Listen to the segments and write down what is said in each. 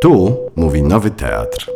Tu mówi Nowy Teatr.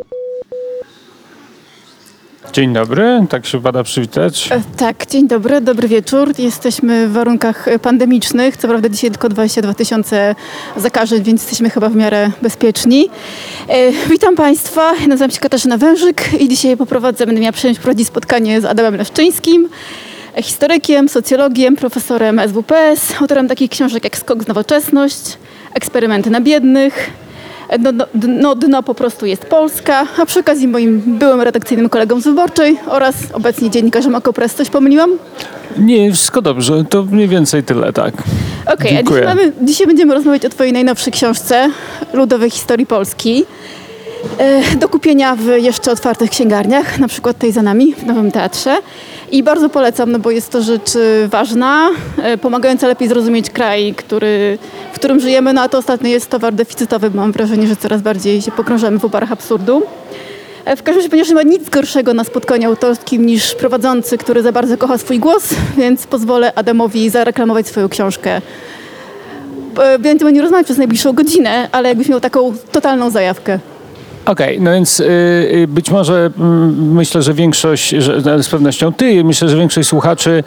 Dzień dobry, tak się pada przywitać. Tak, dzień dobry, dobry wieczór. Jesteśmy w warunkach pandemicznych. Co prawda dzisiaj tylko 22 000 zakażeń, więc jesteśmy chyba w miarę bezpieczni. Witam Państwa, nazywam się Katarzyna Wężyk i dzisiaj będę miała przyjemność prowadzić spotkanie z Adamem Leszczyńskim, historykiem, socjologiem, profesorem SWPS, autorem takich książek jak Skok w nowoczesność, Eksperymenty na biednych, Dno po prostu jest Polska, a przy okazji moim byłym redakcyjnym kolegą z Wyborczej oraz obecnie dziennikarzem Okopres. Coś pomyliłam? Nie, wszystko dobrze. To mniej więcej tyle, tak. Okej, a dzisiaj będziemy rozmawiać o twojej najnowszej książce Ludowej Historii Polski. Do kupienia w jeszcze otwartych księgarniach, na przykład tej za nami w Nowym Teatrze. I bardzo polecam, no bo jest to rzecz ważna, pomagająca lepiej zrozumieć kraj, w którym żyjemy. No a to ostatnio jest towar deficytowy, bo mam wrażenie, że coraz bardziej się pogrążamy w uparach absurdu. W każdym razie, ponieważ nie ma nic gorszego na spotkaniu autorskim niż prowadzący, który za bardzo kocha swój głos, więc pozwolę Adamowi zareklamować swoją książkę. Będziemy nie rozmawiać przez najbliższą godzinę, ale jakbyś miał taką totalną zajawkę. Okej, no więc być może myślę, że większość, z pewnością myślę, że większość słuchaczy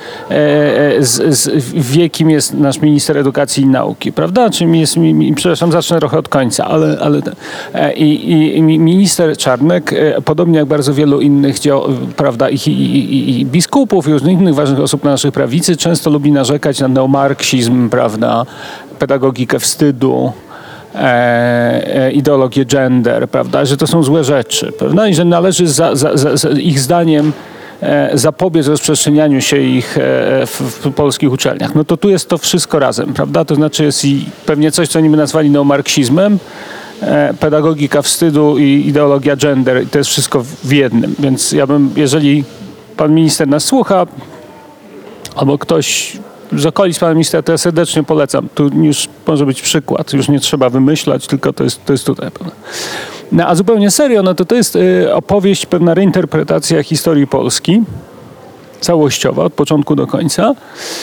wie, kim jest nasz minister edukacji i nauki, prawda? Przepraszam, zacznę trochę od końca, ale minister Czarnek, podobnie jak bardzo wielu innych prawda, i biskupów i różnych innych ważnych osób na naszej prawicy, często lubi narzekać na neomarksizm, prawda, pedagogikę wstydu, ideologię gender, prawda, że to są złe rzeczy, prawda, i że należy ich zdaniem zapobiec rozprzestrzenianiu się ich w polskich uczelniach. No to tu jest to wszystko razem, prawda, to znaczy jest i pewnie coś, co oni by nazwali neomarksizmem, pedagogika wstydu i ideologia gender, i to jest wszystko w jednym, więc jeżeli pan minister nas słucha, albo ktoś z okolic pana ministra, to ja serdecznie polecam. Tu już może być przykład. Już nie trzeba wymyślać, tylko to jest tutaj. No, a zupełnie serio, no to jest opowieść, pewna reinterpretacja historii Polski, całościowa, od początku do końca,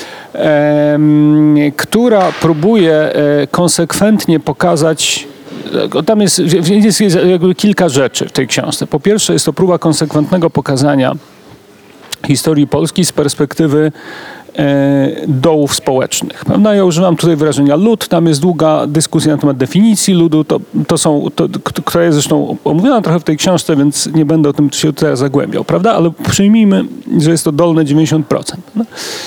która próbuje konsekwentnie pokazać. Tam jest jakby kilka rzeczy w tej książce. Po pierwsze, jest to próba konsekwentnego pokazania historii Polski z perspektywy dołów społecznych. Prawda? Ja używam tutaj wyrażenia lud, tam jest długa dyskusja na temat definicji ludu, która jest zresztą omówiona trochę w tej książce, więc nie będę o tym się tutaj zagłębiał, prawda? Ale przyjmijmy, że jest to dolne 90%. Prawda?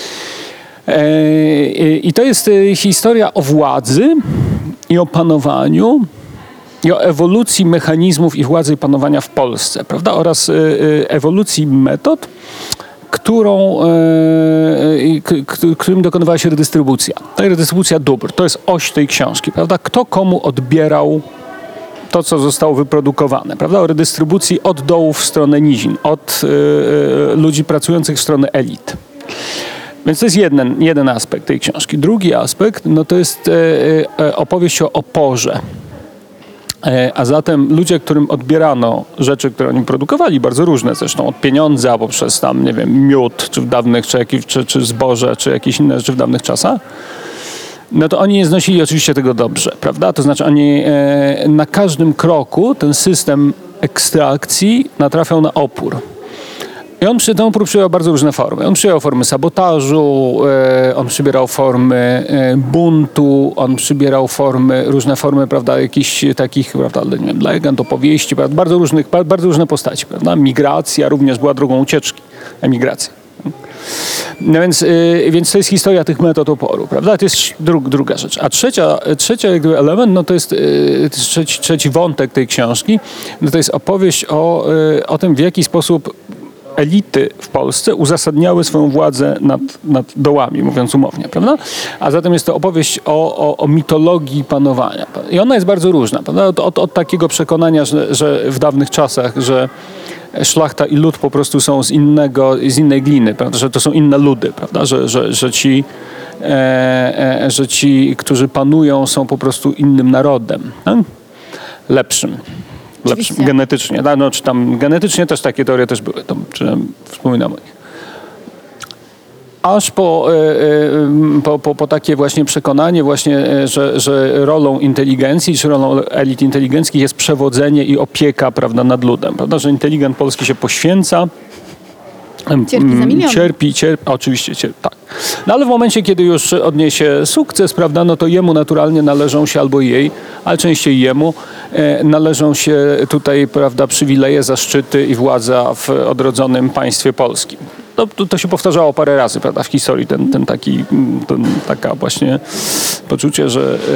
I to jest historia o władzy i o panowaniu i o ewolucji mechanizmów i władzy i panowania w Polsce, prawda? Oraz ewolucji metod, którym dokonywała się redystrybucja. Ta redystrybucja dóbr, to jest oś tej książki, prawda? Kto komu odbierał to, co zostało wyprodukowane, prawda? O redystrybucji od dołów w stronę nizin, od ludzi pracujących w stronę elit. Więc to jest jeden aspekt tej książki. Drugi aspekt, no to jest opowieść o oporze. A zatem ludzie, którym odbierano rzeczy, które oni produkowali, bardzo różne zresztą, od pieniądza poprzez tam, nie wiem, miód, czy w dawnych, czy zboże, czy jakieś inne rzeczy w dawnych czasach, no to oni nie znosili oczywiście tego dobrze, prawda? To znaczy oni na każdym kroku ten system ekstrakcji natrafiał na opór. I ten opór przyjął bardzo różne formy. On przyjął formy sabotażu, on przybierał formy buntu, on przybierał różne formy, prawda, jakichś takich, prawda, nie wiem, legend, opowieści, prawda, bardzo różne postaci, prawda. Migracja również była drogą ucieczki, emigracja. No więc to jest historia tych metod oporu, prawda? To jest druga rzecz. A trzecia jakby element, no to jest trzeci wątek tej książki, no to jest opowieść o tym, w jaki sposób elity w Polsce uzasadniały swoją władzę nad dołami, mówiąc umownie, prawda? A zatem jest to opowieść o mitologii panowania. I ona jest bardzo różna, prawda? Od takiego przekonania, że w dawnych czasach, że szlachta i lud po prostu są z innej gliny, prawda? Że to są inne ludy, prawda? Że ci, którzy panują, są po prostu innym narodem, tak? Lepszym genetycznie. No, czy tam genetycznie też takie teorie też były, czy wspominam o nich. Aż po takie właśnie przekonanie właśnie, że rolą inteligencji, czy rolą elit inteligenckich jest przewodzenie i opieka, prawda, nad ludem, prawda, że inteligent polski się poświęca, Cierpi za miliony. Cierpi, oczywiście, tak. No ale w momencie, kiedy już odniesie sukces, prawda, no to jemu naturalnie należą się, albo jej, ale częściej jemu, należą się tutaj, prawda, przywileje, zaszczyty i władza w odrodzonym państwie polskim. To się powtarzało parę razy, prawda, w historii, taka właśnie poczucie,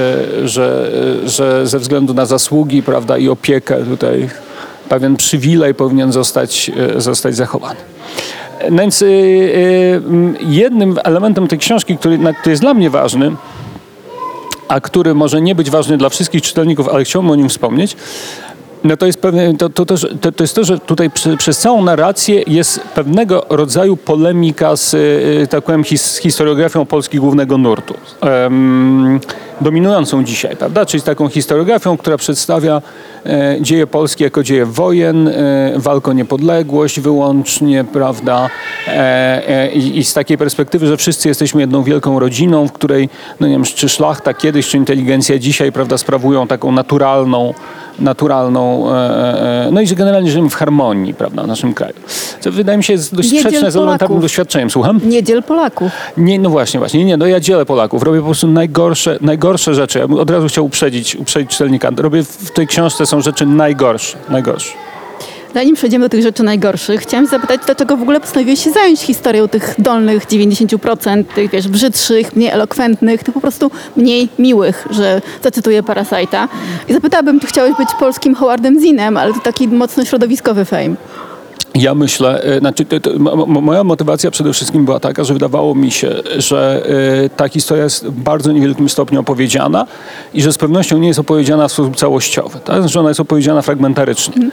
że ze względu na zasługi, prawda, i opiekę tutaj pewien przywilej powinien zostać zachowany. No więc jednym elementem tej książki, który jest dla mnie ważny, a który może nie być ważny dla wszystkich czytelników, ale chciałbym o nim wspomnieć, no to jest to, że tutaj przez całą narrację jest pewnego rodzaju polemika z, tak powiem, z historiografią Polski głównego nurtu. Dominującą dzisiaj, prawda? Czyli z taką historiografią, która przedstawia dzieje Polski jako dzieje wojen, walkę o niepodległość wyłącznie, prawda? I z takiej perspektywy, że wszyscy jesteśmy jedną wielką rodziną, w której, no nie wiem, czy szlachta kiedyś, czy inteligencja dzisiaj, prawda, sprawują taką naturalną, no i że generalnie żyjemy w harmonii, prawda, w naszym kraju. Co wydaje mi się jest dość sprzeczne z elementarnym doświadczeniem. Słucham? Nie dziel Polaków. Nie, no właśnie, nie, no ja dzielę Polaków. Robię po prostu najgorsze rzeczy. Ja bym od razu chciał uprzedzić czytelnika. Robię w tej książce są rzeczy najgorsze. Zanim przejdziemy do tych rzeczy najgorszych, chciałam zapytać, dlaczego w ogóle postanowiłeś się zająć historią tych dolnych 90%, tych, wiesz, brzydszych, mniej elokwentnych, tych po prostu mniej miłych, że zacytuję Parasite'a. I zapytałabym, czy chciałeś być polskim Howardem Zinnem, ale to taki mocno środowiskowy fame. Ja myślę, moja motywacja przede wszystkim była taka, że wydawało mi się, że ta historia jest w bardzo niewielkim stopniu opowiedziana i że z pewnością nie jest opowiedziana w sposób całościowy, tak? Że ona jest opowiedziana fragmentarycznie.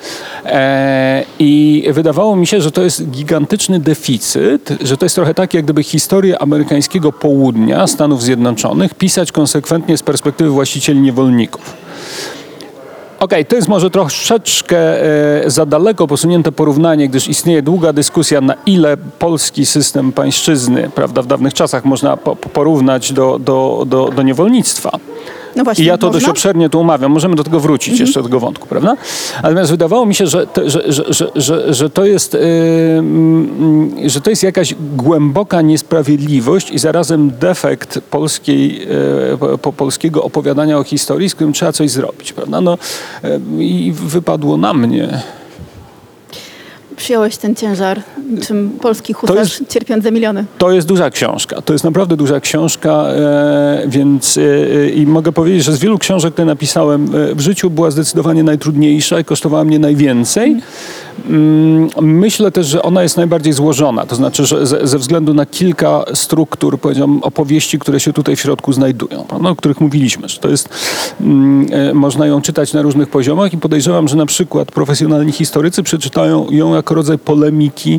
I wydawało mi się, że to jest gigantyczny deficyt, że to jest trochę tak, jak gdyby historię amerykańskiego południa Stanów Zjednoczonych pisać konsekwentnie z perspektywy właścicieli niewolników. Okej, to jest może troszeczkę za daleko posunięte porównanie, gdyż istnieje długa dyskusja, na ile polski system pańszczyzny, prawda, w dawnych czasach można porównać do niewolnictwa. No właśnie, I ja to dość obszernie tu omawiam. Możemy do tego wrócić jeszcze do tego wątku, prawda? Natomiast wydawało mi się, że to jest jakaś głęboka niesprawiedliwość i zarazem defekt polskiego opowiadania o historii, z którym trzeba coś zrobić, prawda? No, i wypadło na mnie. Przyjąłeś ten ciężar, czym polski husarz cierpiąc za miliony. To jest duża książka. To jest naprawdę duża książka, więc i mogę powiedzieć, że z wielu książek, które napisałem w życiu, była zdecydowanie najtrudniejsza i kosztowała mnie najwięcej. Myślę też, że ona jest najbardziej złożona. To znaczy, że ze względu na kilka struktur, powiedziałbym, opowieści, które się tutaj w środku znajdują, prawda, o których mówiliśmy, że to jest, można ją czytać na różnych poziomach i podejrzewam, że na przykład profesjonalni historycy przeczytają ją jako rodzaj polemiki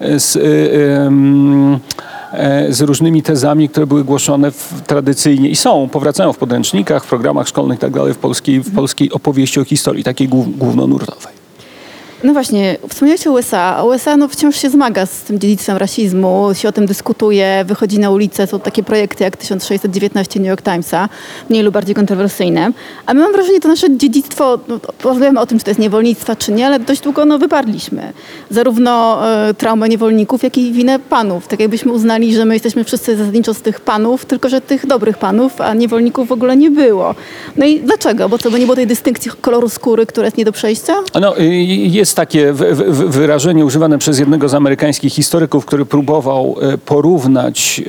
z różnymi tezami, które były głoszone tradycyjnie i powracają w podręcznikach, w programach szkolnych i tak dalej, w polskiej opowieści o historii, takiej głównonurtowej. No właśnie, wspomniałeś o USA, a USA no wciąż się zmaga z tym dziedzictwem rasizmu, się o tym dyskutuje, wychodzi na ulicę, są takie projekty jak 1619 New York Timesa, mniej lub bardziej kontrowersyjne. A my mam wrażenie, to nasze dziedzictwo, no, rozmawiamy o tym, czy to jest niewolnictwa, czy nie, ale dość długo wyparliśmy. Zarówno traumę niewolników, jak i winę panów. Tak jakbyśmy uznali, że my jesteśmy wszyscy zasadniczo z tych panów, tylko że tych dobrych panów, a niewolników w ogóle nie było. No i dlaczego? Bo co, bo nie było tej dystynkcji koloru skóry, która jest nie do przejścia? No, jest takie wyrażenie używane przez jednego z amerykańskich historyków, który próbował porównać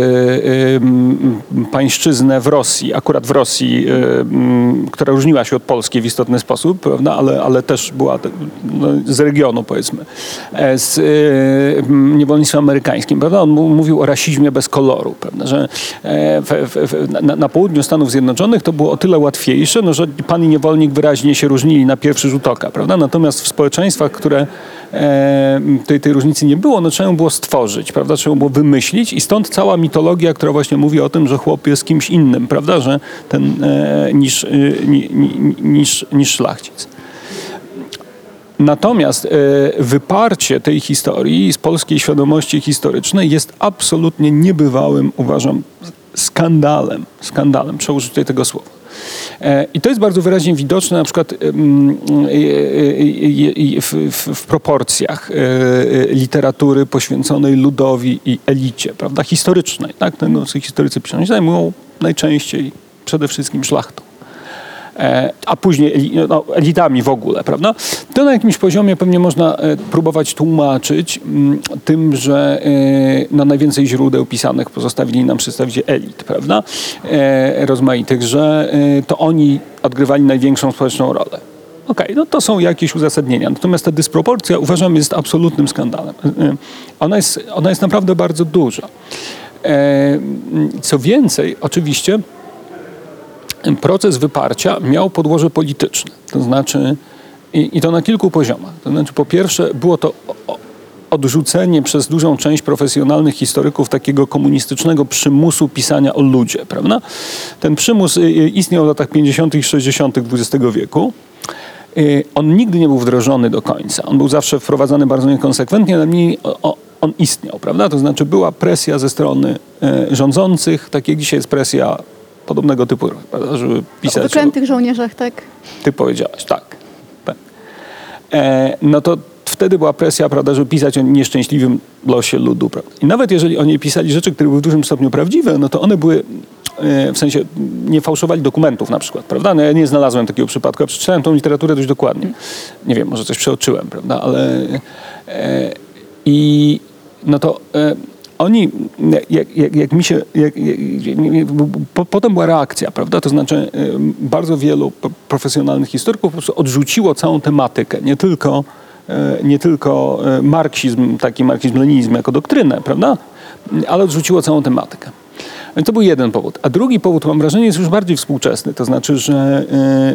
pańszczyznę w Rosji, akurat w Rosji, która różniła się od Polski w istotny sposób, prawda? Ale też była z regionu, powiedzmy, z niewolnictwem amerykańskim. Prawda? On mówił o rasizmie bez koloru, prawda? Że na południu Stanów Zjednoczonych to było o tyle łatwiejsze, no, że pan i niewolnik wyraźnie się różnili na pierwszy rzut oka, prawda? Natomiast w społeczeństwach, które tej różnicy nie było, no trzeba ją było stworzyć, prawda? Trzeba ją było wymyślić i stąd cała mitologia, która właśnie mówi o tym, że chłop jest kimś innym, prawda? Że niż szlachcic. Natomiast wyparcie tej historii z polskiej świadomości historycznej jest absolutnie niebywałym, uważam, skandalem, przełożę tutaj tego słowa. I to jest bardzo wyraźnie widoczne na przykład w proporcjach literatury poświęconej ludowi i elicie, prawda, historycznej. Tak? No, historycy piszą, się zajmują najczęściej przede wszystkim szlachtą. A później elitami w ogóle, prawda? To na jakimś poziomie pewnie można próbować tłumaczyć tym, że najwięcej źródeł pisanych pozostawili nam przedstawiciele elit, prawda? Rozmaitych, że to oni odgrywali największą społeczną rolę. Okej, no to są jakieś uzasadnienia. Natomiast ta dysproporcja, uważam, jest absolutnym skandalem. Ona jest naprawdę bardzo duża. Co więcej, oczywiście, proces wyparcia miał podłoże polityczne. To znaczy, i to na kilku poziomach. To znaczy, po pierwsze, było to odrzucenie przez dużą część profesjonalnych historyków takiego komunistycznego przymusu pisania o ludzie, prawda? Ten przymus istniał w latach 50. i 60. XX wieku. On nigdy nie był wdrożony do końca. On był zawsze wprowadzany bardzo niekonsekwentnie, ale on istniał, prawda? To znaczy, była presja ze strony rządzących, tak jak dzisiaj jest presja podobnego typu, prawda, żeby pisać... O wyklętych żołnierzach, tak? Ty powiedziałaś, tak. No to wtedy była presja, prawda, żeby pisać o nieszczęśliwym losie ludu, prawda. I nawet jeżeli oni pisali rzeczy, które były w dużym stopniu prawdziwe, no to one były, w sensie, nie fałszowali dokumentów na przykład, prawda. No ja nie znalazłem takiego przypadku, ja przeczytałem tą literaturę dość dokładnie. Nie wiem, może coś przeoczyłem, prawda, ale... no to... Oni, potem była reakcja, prawda? To znaczy bardzo wielu profesjonalnych historyków po prostu odrzuciło całą tematykę, nie tylko marksizm, taki marksizm-leninizm jako doktrynę, prawda? Ale odrzuciło całą tematykę. Więc to był jeden powód. A drugi powód, mam wrażenie, jest już bardziej współczesny. To znaczy, że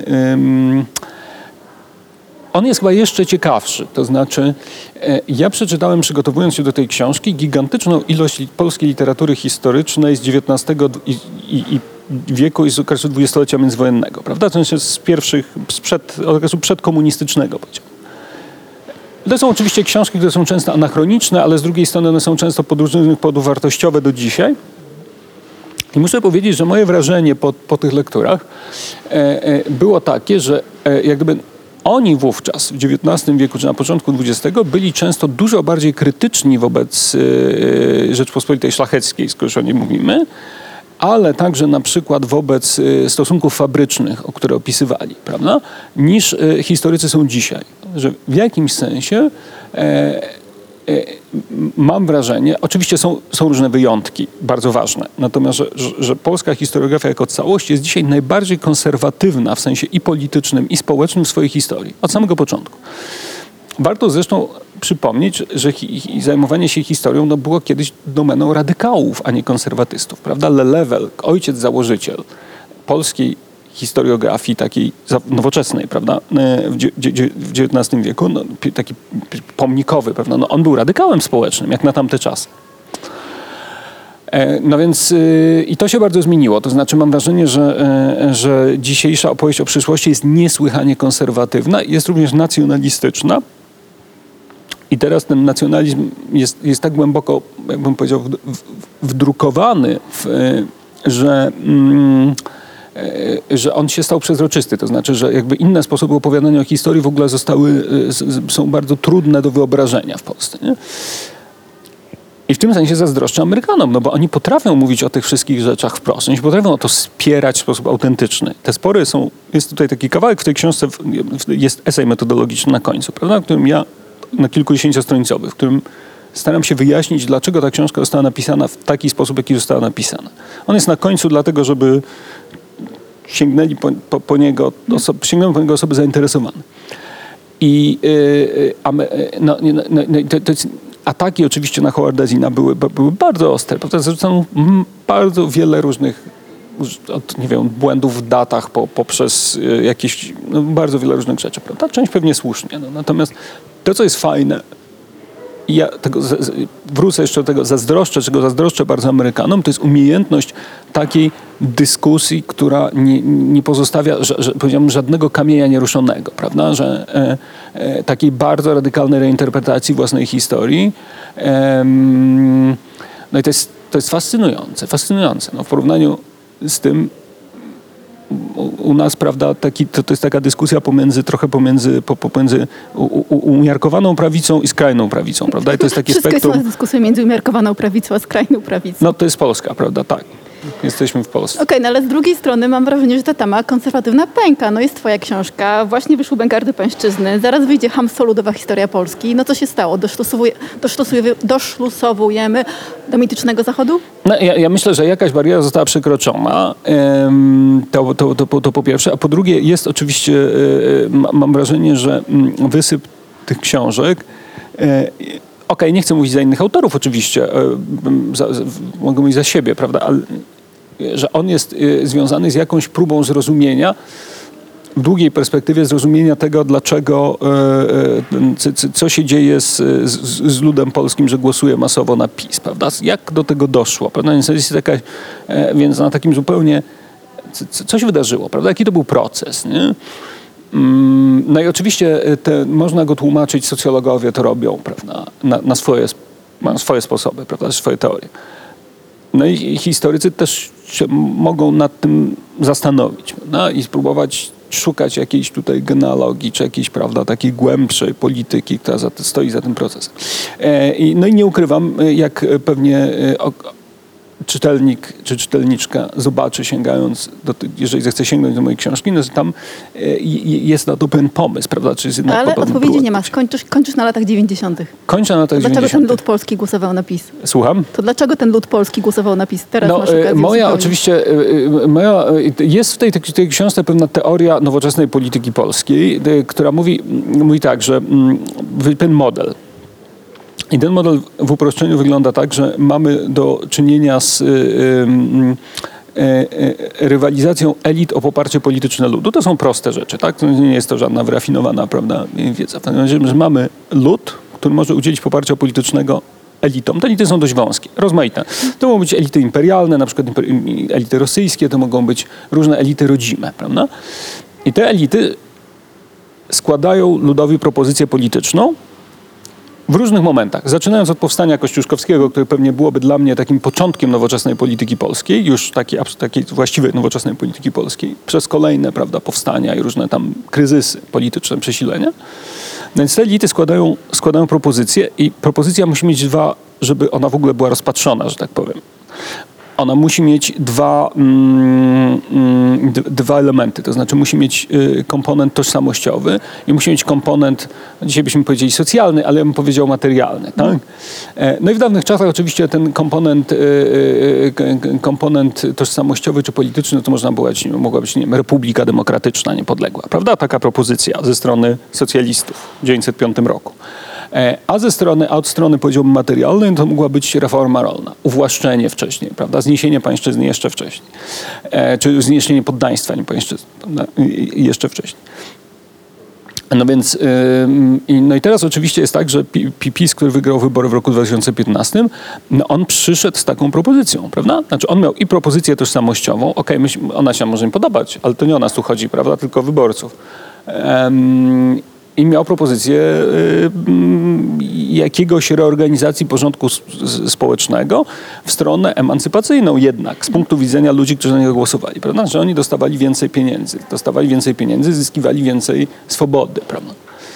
on jest chyba jeszcze ciekawszy. To znaczy, ja przeczytałem, przygotowując się do tej książki, gigantyczną ilość polskiej literatury historycznej z XIX wieku i z okresu dwudziestolecia międzywojennego, prawda? To znaczy z okresu przedkomunistycznego, powiedziałbym. To są oczywiście książki, które są często anachroniczne, ale z drugiej strony one są często pod różnych powodów wartościowe do dzisiaj. I muszę powiedzieć, że moje wrażenie po tych lekturach było takie, że jak gdyby oni wówczas w XIX wieku czy na początku XX byli często dużo bardziej krytyczni wobec Rzeczpospolitej Szlacheckiej, skoro już o niej mówimy, ale także na przykład wobec stosunków fabrycznych, o które opisywali, prawda, niż historycy są dzisiaj. Że w jakimś sensie mam wrażenie, oczywiście są różne wyjątki, bardzo ważne, natomiast, że polska historiografia jako całość jest dzisiaj najbardziej konserwatywna w sensie i politycznym, i społecznym w swojej historii, od samego początku. Warto zresztą przypomnieć, że zajmowanie się historią było kiedyś domeną radykałów, a nie konserwatystów, prawda? Lelewel, ojciec założyciel polskiej historiografii takiej nowoczesnej, prawda, w XIX wieku, no, taki pomnikowy, prawda, no, on był radykałem społecznym, jak na tamte czasy. No więc i to się bardzo zmieniło. To znaczy mam wrażenie, że dzisiejsza opowieść o przyszłości jest niesłychanie konserwatywna i jest również nacjonalistyczna. I teraz ten nacjonalizm jest tak głęboko, jakbym powiedział, wdrukowany, że on się stał przezroczysty. To znaczy, że jakby inne sposoby opowiadania o historii w ogóle są bardzo trudne do wyobrażenia w Polsce. Nie? I w tym sensie zazdroszczę Amerykanom, no bo oni potrafią mówić o tych wszystkich rzeczach wprost. Oni potrafią o to spierać w sposób autentyczny. Te spory są... Jest tutaj taki kawałek w tej książce, jest esej metodologiczny na końcu, prawda? W którym ja, na kilkudziesięciostronicowy, w którym staram się wyjaśnić, dlaczego ta książka została napisana w taki sposób, jaki została napisana. On jest na końcu dlatego, żeby sięgnęły po niego osoby zainteresowane. I to jest, ataki oczywiście na Howarda Zinna były bardzo ostre. Zarzucano bardzo wiele różnych, nie wiem, błędów w datach poprzez jakieś, bardzo wiele różnych rzeczy. Prawda? Część pewnie słusznie. No. Natomiast to, co jest fajne ja wrócę jeszcze do tego, czego zazdroszczę bardzo Amerykanom, to jest umiejętność takiej dyskusji, która nie pozostawia, powiedziałbym, żadnego kamienia nieruszonego, prawda? Że takiej bardzo radykalnej reinterpretacji własnej historii. No i to jest fascynujące. No, w porównaniu z tym u nas, prawda, to jest taka dyskusja trochę pomiędzy umiarkowaną prawicą i skrajną prawicą, prawda? I to jest takie spektrum. Jest dyskusja między umiarkowaną prawicą a skrajną prawicą. No to jest Polska, prawda? Tak. Jesteśmy w Polsce. Okej, no ale z drugiej strony mam wrażenie, że ta tama konserwatywna pęka. No jest twoja książka, właśnie wyszły Bękarty Pańszczyzny, zaraz wyjdzie Hamstwo, ludowa historia Polski. No co się stało? Doszlusowujemy do mitycznego Zachodu? No, ja myślę, że jakaś bariera została przekroczona. To po pierwsze. A po drugie jest oczywiście, mam wrażenie, że wysyp tych książek nie chcę mówić za innych autorów oczywiście, mogę mówić za siebie, prawda, ale że on jest związany z jakąś próbą zrozumienia, w długiej perspektywie zrozumienia tego, dlaczego, co się dzieje z ludem polskim, że głosuje masowo na PiS, prawda, jak do tego doszło, prawda, więc na takim zupełnie, co się wydarzyło, prawda, jaki to był proces, nie? No i oczywiście można go tłumaczyć, socjologowie to robią, prawda, mają swoje sposoby, prawda, swoje teorie. No i historycy też się mogą nad tym zastanowić, prawda, i spróbować szukać jakiejś tutaj genealogii, czy jakiejś, prawda, takiej głębszej polityki, która stoi za tym procesem. No i nie ukrywam, jak pewnie czytelnik czy czytelniczka zobaczy, sięgając, jeżeli zechce sięgnąć do mojej książki, no to tam jest na to pewien pomysł, prawda? Czy jest ale odpowiedzi nie ma. Kończysz na latach 90. Kończę na latach 90. Dlaczego ten lud polski głosował na PiS? Słucham? To dlaczego ten lud polski głosował na PiS? Teraz masz okazję jest w tej książce pewna teoria nowoczesnej polityki polskiej, która mówi tak, że ten model. I ten model w uproszczeniu wygląda tak, że mamy do czynienia z rywalizacją elit o poparcie polityczne ludu. To są proste rzeczy, tak? Nie jest to żadna wyrafinowana, prawda, wiedza. W każdym razie, że mamy lud, który może udzielić poparcia politycznego elitom. Te elity są dość wąskie, rozmaite. To mogą być elity imperialne, na przykład elity rosyjskie, to mogą być różne elity rodzime, prawda? I te elity składają ludowi propozycję polityczną, w różnych momentach, zaczynając od powstania kościuszkowskiego, które pewnie byłoby dla mnie takim początkiem nowoczesnej polityki polskiej, już takiej właściwej nowoczesnej polityki polskiej, przez kolejne, prawda, powstania i różne tam kryzysy polityczne, przesilenia. Więc te elity składają propozycję i propozycja musi mieć żeby ona w ogóle była rozpatrzona, że tak powiem. Ona musi mieć dwa elementy, to znaczy musi mieć komponent tożsamościowy i musi mieć komponent, dzisiaj byśmy powiedzieli socjalny, ale ja bym powiedział materialny. Tak? No i w dawnych czasach oczywiście ten komponent tożsamościowy czy polityczny to mogła być nie wiem, Republika Demokratyczna, niepodległa, prawda? Taka propozycja ze strony socjalistów w 1905 roku. A od strony powiedziałbym materialnej to mogła być reforma rolna, uwłaszczenie wcześniej, prawda, zniesienie pańszczyzny jeszcze wcześniej, czy zniesienie poddaństwa, nie pańszczyzny, prawda, jeszcze wcześniej. No więc, no i teraz oczywiście jest tak, że PiS, który wygrał wybory w roku 2015, no on przyszedł z taką propozycją, prawda? Znaczy on miał i propozycję tożsamościową, ona się może nie podobać, ale to nie o nas tu chodzi, prawda, tylko o wyborców. I miał propozycję jakiegoś reorganizacji porządku społecznego w stronę emancypacyjną jednak, z punktu widzenia ludzi, którzy na niego głosowali, prawda? Że oni dostawali więcej pieniędzy, zyskiwali więcej swobody, prawda?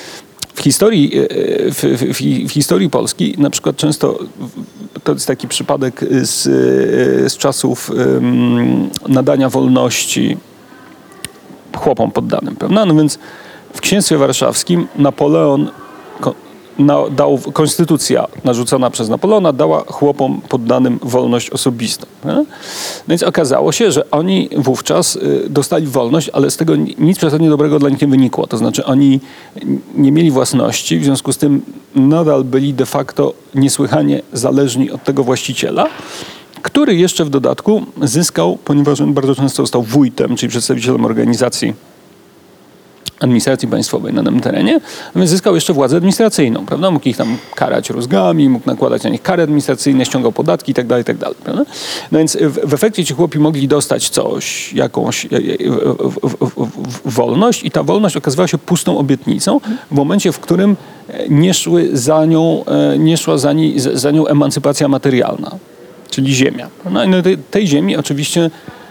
W historii Polski na przykład często, to jest taki przypadek z czasów nadania wolności chłopom poddanym, prawda? No więc w Księstwie Warszawskim Napoleon konstytucja narzucona przez Napoleona dała chłopom poddanym wolność osobistą. Nie? Więc okazało się, że oni wówczas dostali wolność, ale z tego nic przesadnie dobrego dla nich nie wynikło. To znaczy oni nie mieli własności, w związku z tym nadal byli de facto niesłychanie zależni od tego właściciela, który jeszcze w dodatku zyskał, ponieważ on bardzo często został wójtem, czyli przedstawicielem organizacji administracji państwowej na danym terenie, a więc zyskał jeszcze władzę administracyjną, prawda? Mógł ich tam karać rózgami, mógł nakładać na nich kary administracyjne, ściągał podatki i tak dalej, prawda? No więc w efekcie ci chłopi mogli dostać coś, jakąś wolność i ta wolność okazywała się pustą obietnicą w momencie, w którym nie szła za nią emancypacja materialna, czyli ziemia. No i na tej ziemi oczywiście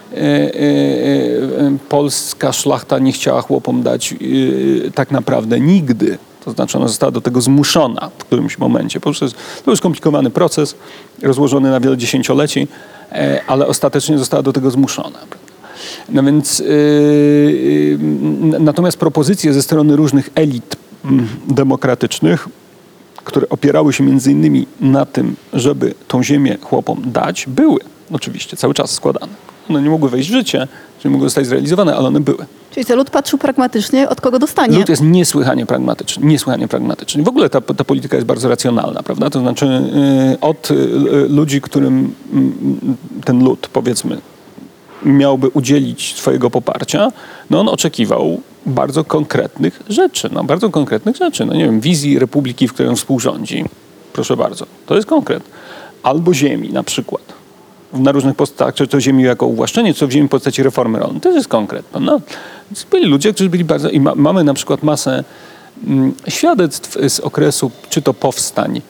polska szlachta nie chciała chłopom dać tak naprawdę nigdy. To znaczy ona została do tego zmuszona w którymś momencie. To był skomplikowany proces, rozłożony na wiele dziesięcioleci, ale ostatecznie została do tego zmuszona. No więc natomiast propozycje ze strony różnych elit demokratycznych, które opierały się między innymi na tym, żeby tą ziemię chłopom dać, były oczywiście cały czas składane. One nie mogły wejść w życie, nie mogły zostać zrealizowane, ale one były. Czyli lud patrzył pragmatycznie, od kogo dostanie. Lud jest niesłychanie pragmatyczny. W ogóle ta polityka jest bardzo racjonalna, prawda? To znaczy od ludzi, którym ten lud, powiedzmy, miałby udzielić swojego poparcia, no on oczekiwał bardzo konkretnych rzeczy. No nie wiem, wizji republiki, w której on współrządzi. Proszę bardzo, to jest konkret. Albo ziemi na przykład. Na różnych postaciach, czy to ziemi jako uwłaszczenie, czy to w ziemi w postaci reformy rolnej. To jest konkretne. No. Byli ludzie, którzy byli bardzo... I mamy na przykład masę świadectw z okresu, czy to powstań,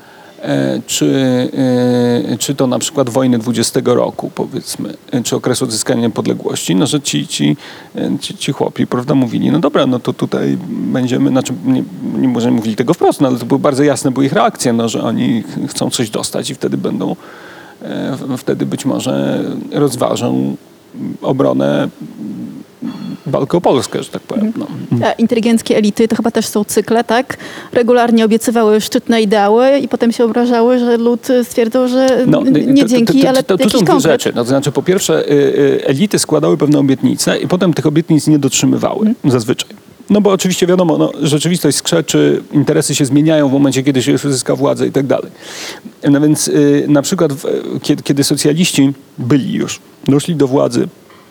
czy to na przykład wojny 20 roku, powiedzmy, czy okresu odzyskania niepodległości, no, że ci chłopi, prawda, mówili, no dobra, no to tutaj będziemy, znaczy nie może mówili tego wprost, no, ale to były bardzo jasne były ich reakcje, no, że oni chcą coś dostać i wtedy być może rozważą obronę, walkę o Polskę, że tak powiem. No. A inteligenckie elity to chyba też są cykle, tak? Regularnie obiecywały szczytne ideały i potem się obrażały, że lud stwierdzał, że nie dzięki, ale to jakiś są dwie konkret. rzeczy. No, to znaczy po pierwsze elity składały pewne obietnice i potem tych obietnic nie dotrzymywały zazwyczaj. No bo oczywiście wiadomo, no, rzeczywistość skrzeczy, interesy się zmieniają w momencie, kiedy się uzyska władzę i tak dalej. No więc na przykład kiedy socjaliści doszli do władzy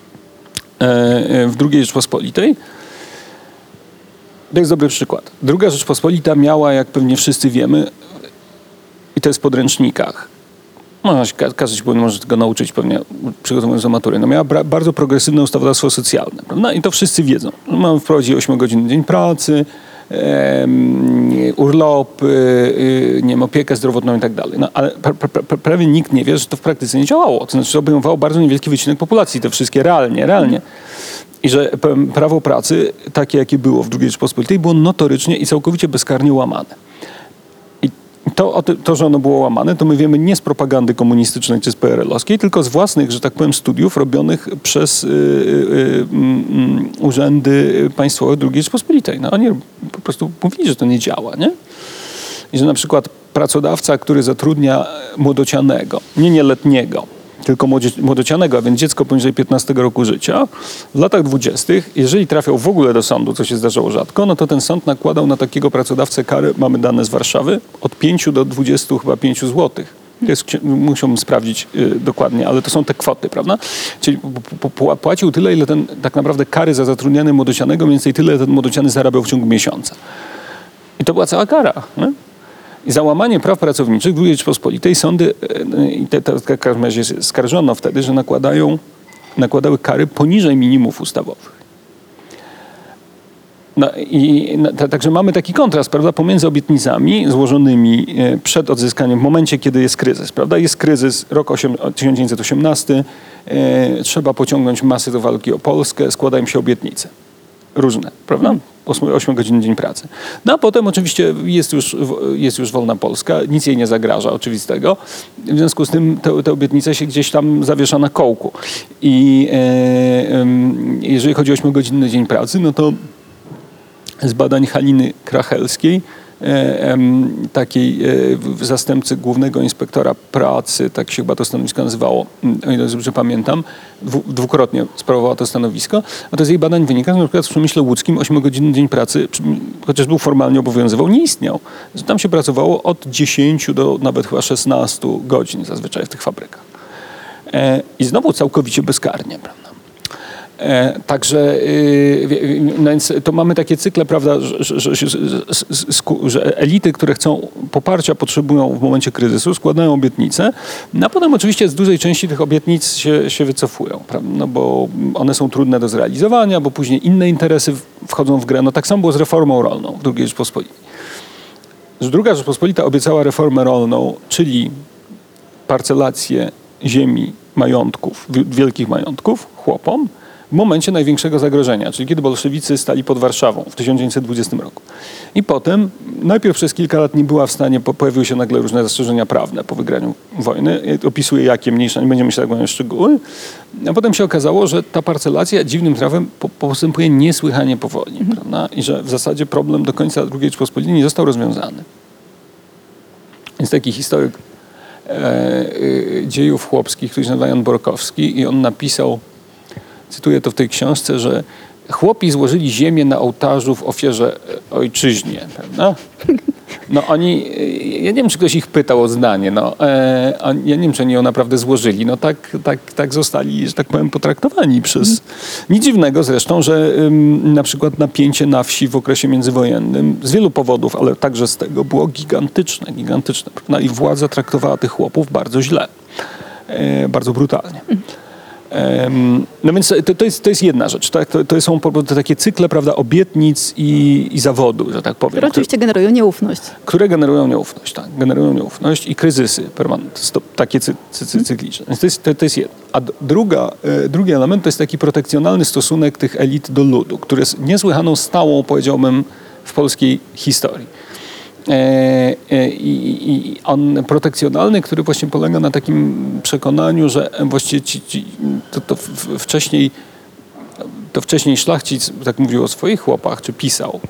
w II Rzeczpospolitej, to jest dobry przykład. II Rzeczpospolita miała, jak pewnie wszyscy wiemy, i to jest w podręcznikach, każdy się może tego nauczyć pewnie przygotowując do matury. No miała bardzo progresywne ustawodawstwo socjalne, prawda? I to wszyscy wiedzą. Mamy wprowadzić 8-godzinny dzień pracy, urlop, nie wiem, opiekę zdrowotną i tak dalej. No, ale prawie nikt nie wie, że to w praktyce nie działało. To znaczy, że obejmowało bardzo niewielki wycinek populacji, te wszystkie realnie. I że prawo pracy, takie jakie było w II Rzeczpospolitej, było notorycznie i całkowicie bezkarnie łamane. To, że ono było łamane, to my wiemy nie z propagandy komunistycznej czy z PRL-owskiej, tylko z własnych, że tak powiem, studiów robionych przez urzędy państwowe II Rzeczpospolitej. No, oni po prostu mówili, że to nie działa, nie? I że na przykład pracodawca, który zatrudnia młodocianego, nie nieletniego, tylko młodocianego, a więc dziecko poniżej 15 roku życia, w latach 20., jeżeli trafiał w ogóle do sądu, co się zdarzało rzadko, no to ten sąd nakładał na takiego pracodawcę kary, mamy dane z Warszawy, od 5 do 25 złotych. Musiałbym sprawdzić dokładnie, ale to są te kwoty, prawda? Czyli płacił tyle, ile ten tak naprawdę kary za zatrudnianie młodocianego, mniej więcej tyle, ile ten młodociany zarabiał w ciągu miesiąca. I to była cała kara, nie? I za łamanie praw pracowniczych w II Rzeczpospolitej sądy, i w każdym razie skarżono wtedy, że nakładały kary poniżej minimów ustawowych. Także mamy taki kontrast, prawda, pomiędzy obietnicami złożonymi przed odzyskaniem, w momencie, kiedy jest kryzys, prawda? Jest kryzys, rok 1918, trzeba pociągnąć masy do walki o Polskę, składają się obietnice. Różne, prawda? 8-godzinny dzień pracy. No a potem oczywiście jest już wolna Polska, nic jej nie zagraża oczywistego. W związku z tym te obietnice się gdzieś tam zawiesza na kołku. I jeżeli chodzi o 8-godzinny dzień pracy, no to z badań Haliny Krachelskiej, takiej zastępcy głównego inspektora pracy, tak się chyba to stanowisko nazywało, o ile dobrze pamiętam, dwukrotnie sprawowała to stanowisko, a to z jej badań wynika, że na przykład w przemyśle łódzkim 8-godzinny dzień pracy, chociaż był formalnie obowiązywał, nie istniał. Tam się pracowało od 10 do nawet chyba 16 godzin zazwyczaj w tych fabrykach. I znowu całkowicie bezkarnie, prawda? Także no więc to mamy takie cykle, prawda, że elity, które chcą poparcia, potrzebują w momencie kryzysu, składają obietnice, no a potem oczywiście z dużej części tych obietnic się wycofują, prawda? No bo one są trudne do zrealizowania, bo później inne interesy wchodzą w grę. No tak samo było z reformą rolną w II Rzeczpospolitej. Druga Rzeczpospolita obiecała reformę rolną, czyli parcelację ziemi, majątków, wielkich majątków chłopom w momencie największego zagrożenia, czyli kiedy bolszewicy stali pod Warszawą w 1920 roku. I potem, najpierw przez kilka lat nie była w stanie, pojawiły się nagle różne zastrzeżenia prawne po wygraniu wojny. Opisuję jakie, mniejsze, nie będziemy się tak mówić szczegóły. A potem się okazało, że ta parcelacja dziwnym trawem postępuje niesłychanie powoli. Prawda? I że w zasadzie problem do końca II Rzeczypospolitej nie został rozwiązany. Jest taki historyk dziejów chłopskich, który się nazywa Jan Borkowski i on napisał, cytuję to w tej książce, że chłopi złożyli ziemię na ołtarzu w ofierze ojczyźnie, prawda? No oni, ja nie wiem, czy ktoś ich pytał o zdanie, no, ja nie wiem, czy oni ją naprawdę złożyli, no tak zostali, że tak powiem, potraktowani przez... Nic dziwnego zresztą, że na przykład napięcie na wsi w okresie międzywojennym z wielu powodów, ale także z tego było gigantyczne, prawda? I władza traktowała tych chłopów bardzo źle, bardzo brutalnie. No więc to jest jedna rzecz. Tak? To są po prostu takie cykle, prawda, obietnic i zawodu, że tak powiem. Które oczywiście generują nieufność. Które generują nieufność, tak. Generują nieufność i kryzysy permanentne. Takie cykliczne. Więc to jest jedno. A drugi element to jest taki protekcjonalny stosunek tych elit do ludu, który jest niesłychaną stałą, powiedziałbym, w polskiej historii. I on protekcjonalny, który właśnie polega na takim przekonaniu, że właściwie wcześniej szlachcic tak mówił o swoich chłopach, czy pisał,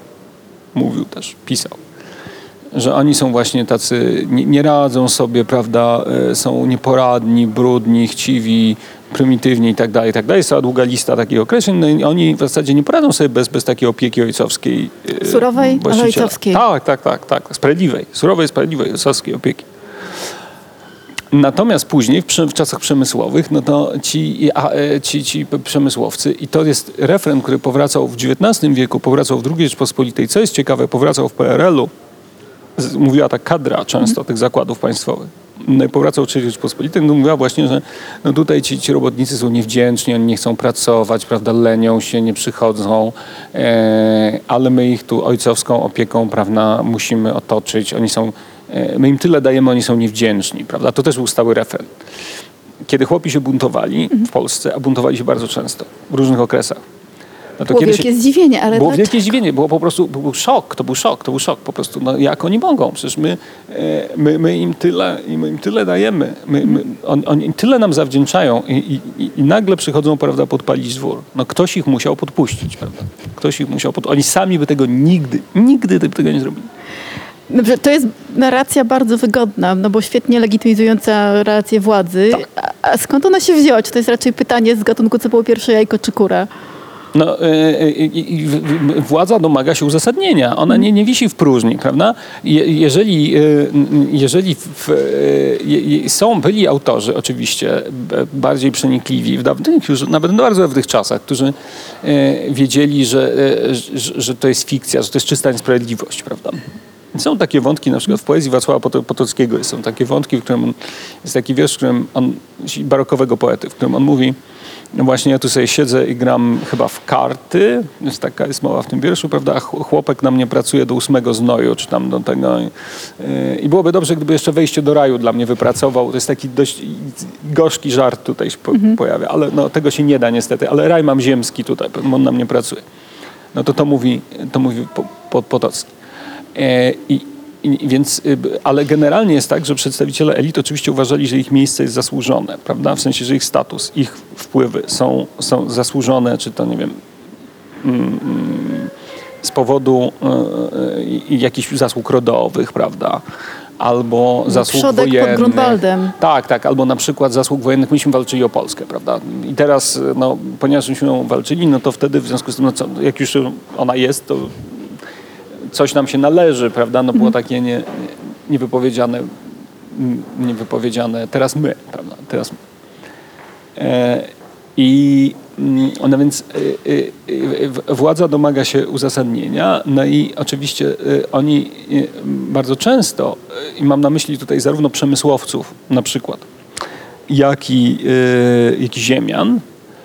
że oni są właśnie tacy, nie radzą sobie, prawda, są nieporadni, brudni, chciwi, prymitywni i tak dalej. Jest cała długa lista takich określeń. No i oni w zasadzie nie poradzą sobie bez takiej opieki ojcowskiej. Surowej, ale ojcowskiej. Tak. Sprawiedliwej. Surowej, sprawiedliwej, ojcowskiej opieki. Natomiast później, w czasach przemysłowych, no to ci przemysłowcy, i to jest refren, który powracał w XIX wieku, powracał w II Rzeczpospolitej, co jest ciekawe, powracał w PRL-u, mówiła ta kadra często tych zakładów państwowych. No i powracał w III Rzeczpospolitej, no mówiła właśnie, że no tutaj ci robotnicy są niewdzięczni, oni nie chcą pracować, prawda, lenią się, nie przychodzą, ale my ich tu ojcowską opieką, prawda, musimy otoczyć. My im tyle dajemy, oni są niewdzięczni, prawda. To też był stały refren. Kiedy chłopi się buntowali w Polsce, a buntowali się bardzo często, w różnych okresach. No to było wielkie zdziwienie, ale... Było wielkie zdziwienie, było po prostu, był szok po prostu. No jak oni mogą? Przecież my im tyle dajemy, oni tyle nam zawdzięczają i nagle przychodzą, prawda, podpalić dwór. No ktoś ich musiał podpuścić, prawda? Oni sami by tego nigdy tego nie zrobili. Dobrze, to jest narracja bardzo wygodna, no bo świetnie legitymizująca relację władzy. Tak. A skąd ona się wzięła? Czy to jest raczej pytanie z gatunku, co było pierwsze, jajko czy kura? No, władza domaga się uzasadnienia. Ona nie wisi w próżni, prawda? Jeżeli byli autorzy oczywiście bardziej przenikliwi, nawet w bardzo dawnych czasach, którzy wiedzieli, że to jest fikcja, że to jest czysta niesprawiedliwość, prawda? Są takie wątki, na przykład w poezji Wacława Potockiego są takie wątki, w którym jest taki wiersz, w którym barokowego poety, w którym on mówi, no właśnie ja tu sobie siedzę i gram chyba w karty, jest mowa w tym wierszu, prawda, a chłopek na mnie pracuje do 8 znoju, czy tam do tego. I byłoby dobrze, gdyby jeszcze wejście do raju dla mnie wypracował. To jest taki dość gorzki żart tutaj się pojawia, ale no, tego się nie da niestety, ale raj mam ziemski tutaj, on na mnie pracuje. No to mówi Potocki. Więc, ale generalnie jest tak, że przedstawiciele elit oczywiście uważali, że ich miejsce jest zasłużone, prawda? W sensie, że ich status, ich wpływy są zasłużone, czy to, nie wiem, z powodu jakichś zasług rodowych, prawda? Albo zasług przodek wojennych. Pod Grunwaldem. Tak, albo na przykład zasług wojennych. Myśmy walczyli o Polskę, prawda? I teraz, no, ponieważ myśmy ją walczyli, no to wtedy w związku z tym, no co, jak już ona jest, to coś nam się należy, prawda? No było takie niewypowiedziane teraz my, prawda? No więc władza domaga się uzasadnienia, no i oczywiście oni bardzo często, i mam na myśli tutaj zarówno przemysłowców na przykład, jak i ziemian,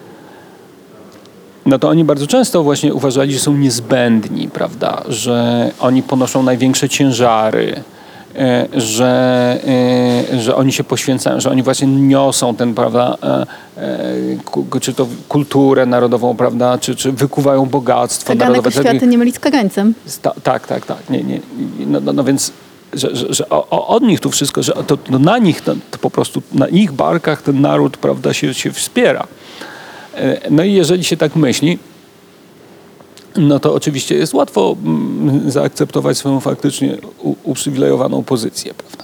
no to oni bardzo często właśnie uważali, że są niezbędni, prawda, że oni ponoszą największe ciężary, że oni się poświęcają, że oni właśnie niosą ten, prawda, czy to kulturę narodową, prawda, czy wykuwają bogactwo Kaganek narodowe. oświaty nie mylić z kagańcem. Tak. Nie. No więc, że od nich tu wszystko, że to na nich, to po prostu na ich barkach ten naród, prawda, się wspiera. No i jeżeli się tak myśli, no to oczywiście jest łatwo zaakceptować swoją faktycznie uprzywilejowaną pozycję, prawda?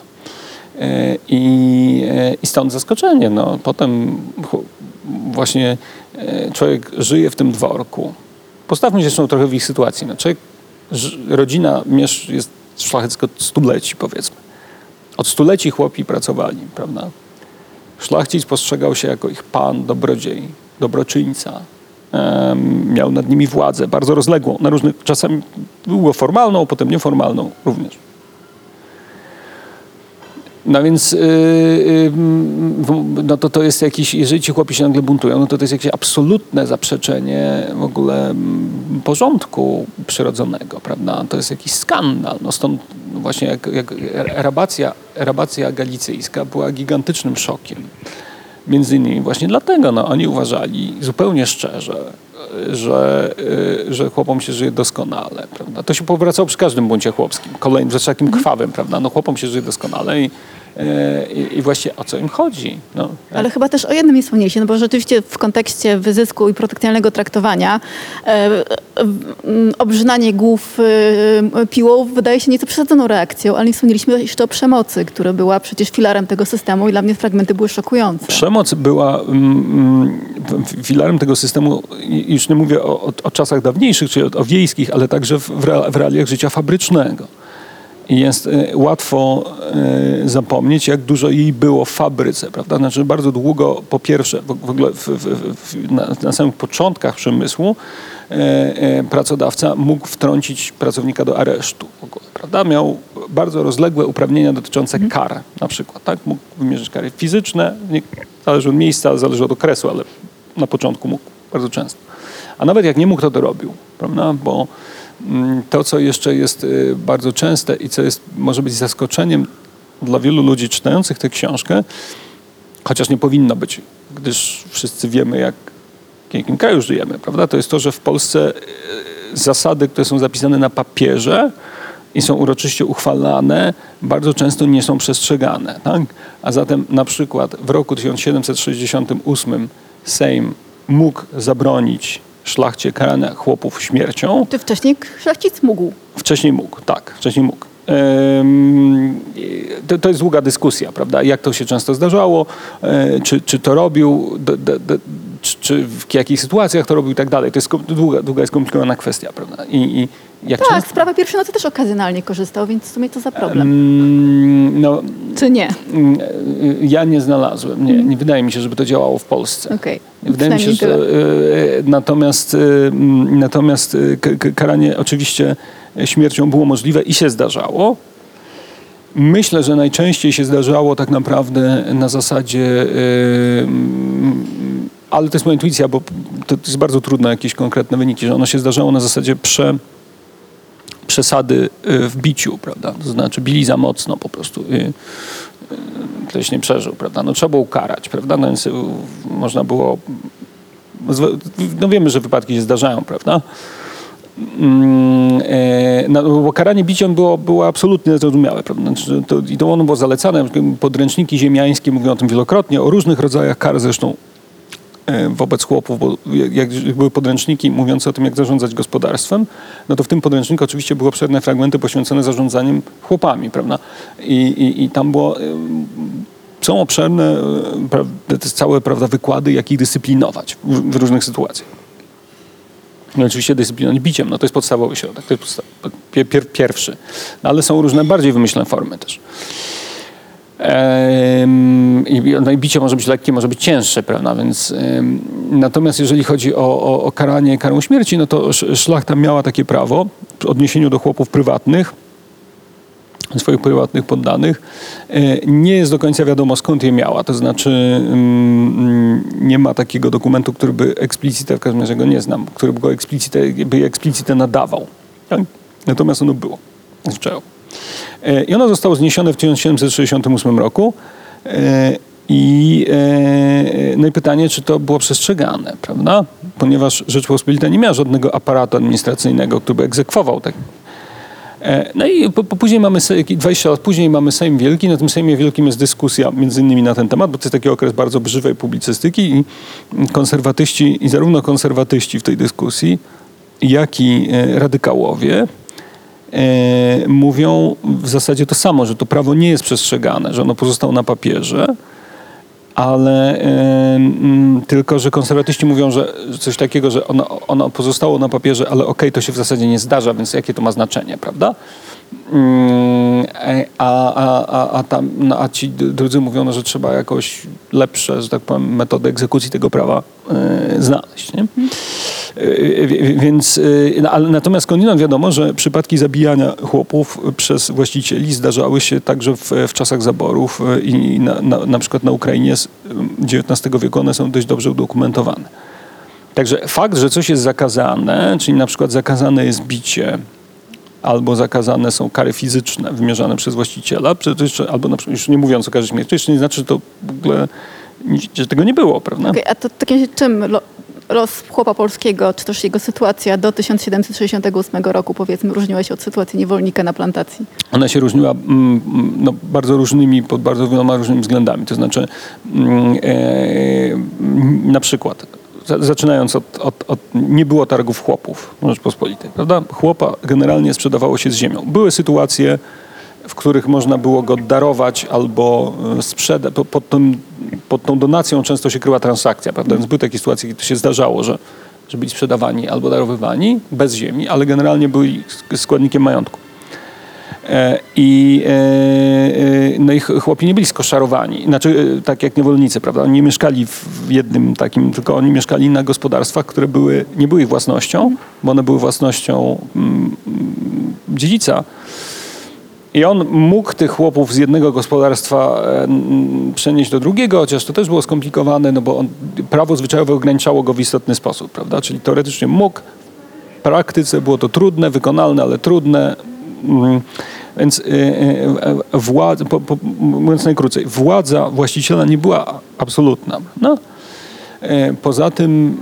I stąd zaskoczenie. No, potem właśnie człowiek żyje w tym dworku. Postawmy się zresztą trochę w ich sytuacji. No, rodzina jest szlachecka od stuleci, powiedzmy. Od stuleci chłopi pracowali, prawda? Szlachcic postrzegał się jako ich pan, dobrodziej, dobroczyńca. Miał nad nimi władzę bardzo rozległą, na różnych, czasami długo formalną, potem nieformalną również. No więc no to jest jakiś, jeżeli ci chłopi się nagle buntują, no to jest jakieś absolutne zaprzeczenie w ogóle porządku przyrodzonego, prawda? To jest jakiś skandal. No stąd właśnie jak rabacja galicyjska była gigantycznym szokiem. Między innymi właśnie dlatego oni uważali zupełnie szczerze, że chłopom się żyje doskonale, prawda? To się powracało przy każdym buncie chłopskim, kolejnym, rzecz takim krwawym, prawda? No chłopom się żyje doskonale i właściwie o co im chodzi? No, ale chyba też o jednym nie wspomnieliście, no bo rzeczywiście w kontekście wyzysku i protekcjonalnego traktowania obrzynanie głów piłą wydaje się nieco przesadzoną reakcją, ale nie wspomnieliśmy jeszcze o przemocy, która była przecież filarem tego systemu i dla mnie fragmenty były szokujące. Przemoc była filarem tego systemu, już nie mówię o czasach dawniejszych, czyli o wiejskich, ale także w realiach życia fabrycznego. I jest łatwo zapomnieć, jak dużo jej było w fabryce, prawda? Znaczy bardzo długo, po pierwsze, w ogóle na samych początkach przemysłu pracodawca mógł wtrącić pracownika do aresztu w ogóle, prawda? Miał bardzo rozległe uprawnienia dotyczące kar na przykład, tak? Mógł wymierzyć kary fizyczne, zależy od miejsca, zależy od okresu, ale na początku mógł bardzo często. A nawet jak nie mógł, to robił, prawda? Bo to, co jeszcze jest bardzo częste i co może być zaskoczeniem dla wielu ludzi czytających tę książkę, chociaż nie powinno być, gdyż wszyscy wiemy, w jakim kraju żyjemy, prawda? To jest to, że w Polsce zasady, które są zapisane na papierze i są uroczyście uchwalane, bardzo często nie są przestrzegane. Tak? A zatem na przykład w roku 1768 Sejm mógł zabronić szlachcie karania chłopów śmiercią. Czy wcześniej szlachcic mógł? Wcześniej mógł, tak, wcześniej mógł. To jest długa dyskusja, prawda? Jak to się często zdarzało, czy to robił, czy w jakich sytuacjach to robił i tak dalej. To jest długa i skomplikowana kwestia, prawda? Tak, z prawa pierwszej nocy też okazjonalnie korzystał, więc w sumie to za problem. No, czy nie? Ja nie znalazłem. Nie wydaje mi się, żeby to działało w Polsce. Okay. Wydaje mi się, że natomiast karanie oczywiście śmiercią było możliwe i się zdarzało. Myślę, że najczęściej się zdarzało tak naprawdę na zasadzie, ale to jest moja intuicja, bo to jest bardzo trudno jakieś konkretne wyniki, że ono się zdarzało na zasadzie przesady w biciu, prawda? To znaczy bili za mocno po prostu. Ktoś nie przeżył, prawda? No trzeba było ukarać, prawda? No więc można było... No wiemy, że wypadki się zdarzają, prawda? No, bo karanie biciem było absolutnie zrozumiałe, prawda? I to ono było zalecane. Podręczniki ziemiańskie mówią o tym wielokrotnie, o różnych rodzajach kar zresztą wobec chłopów, bo jak były podręczniki mówiące o tym, jak zarządzać gospodarstwem, no to w tym podręczniku oczywiście były obszerne fragmenty poświęcone zarządzaniem chłopami, prawda? I tam są obszerne całe, prawda, wykłady, jak ich dyscyplinować w różnych sytuacjach. No oczywiście dyscyplinować biciem, no to jest podstawowy środek, to jest pierwszy. No, ale są różne bardziej wymyślne formy też. No i bicie może być lekkie, może być cięższe, prawda? Więc, natomiast jeżeli chodzi o karanie karą śmierci, no to szlachta miała takie prawo w odniesieniu do chłopów prywatnych, swoich prywatnych poddanych. Nie jest do końca wiadomo, skąd je miała. To znaczy nie ma takiego dokumentu, który by eksplicite, w każdym razie go nie znam, który by go eksplicite nadawał. Tak? Natomiast ono było. I ono zostało zniesione w 1768 roku. No i pytanie, czy to było przestrzegane, prawda? Ponieważ Rzeczpospolita nie miała żadnego aparatu administracyjnego, który by egzekwował tak. No i później mamy, 20 lat później mamy Sejm Wielki. Na tym Sejmie Wielkim jest dyskusja między innymi na ten temat, bo to jest taki okres bardzo brzywej publicystyki i konserwatyści, i zarówno konserwatyści w tej dyskusji, jak i radykałowie mówią w zasadzie to samo, że to prawo nie jest przestrzegane, że ono pozostało na papierze, ale tylko, że konserwatyści mówią, że coś takiego, że ono pozostało na papierze, ale okej, to się w zasadzie nie zdarza, więc jakie to ma znaczenie, prawda? A ci drudzy mówią, no, że trzeba jakoś lepsze, że tak powiem, metody egzekucji tego prawa znaleźć. Nie? Więc, ale natomiast skądinąd wiadomo, że przypadki zabijania chłopów przez właścicieli zdarzały się także w czasach zaborów i na przykład na Ukrainie z XIX wieku one są dość dobrze udokumentowane. Także fakt, że coś jest zakazane, czyli na przykład zakazane jest bicie, albo zakazane są kary fizyczne wymierzane przez właściciela, albo na przykład, już nie mówiąc o karze śmierci, to jeszcze nie znaczy, że to w ogóle że tego nie było, prawda? Okay, a to takim czym los chłopa polskiego, czy też jego sytuacja do 1768 roku, powiedzmy, różniła się od sytuacji niewolnika na plantacji? Ona się różniła bardzo różnymi, pod bardzo wieloma różnymi względami. To znaczy na przykład zaczynając od nie było targów chłopów w Rzeczypospolitej, prawda? Chłopa generalnie sprzedawało się z ziemią. Były sytuacje, w których można było go darować albo sprzedać. Pod tą donacją często się kryła transakcja, prawda? Więc były takie sytuacje, kiedy to się zdarzało, że byli sprzedawani albo darowywani bez ziemi, ale generalnie byli składnikiem majątku. No i chłopi nie byli skoszarowani, znaczy tak jak niewolnicy, prawda? Oni nie mieszkali w jednym takim, tylko oni mieszkali na gospodarstwach, które nie były ich własnością, bo one były własnością dziedzica. I on mógł tych chłopów z jednego gospodarstwa przenieść do drugiego, chociaż to też było skomplikowane, no bo prawo zwyczajowe ograniczało go w istotny sposób, prawda? Czyli teoretycznie mógł, w praktyce było to trudne, wykonalne, ale trudne. Więc mówiąc najkrócej, władza właściciela nie była absolutna. No. Poza tym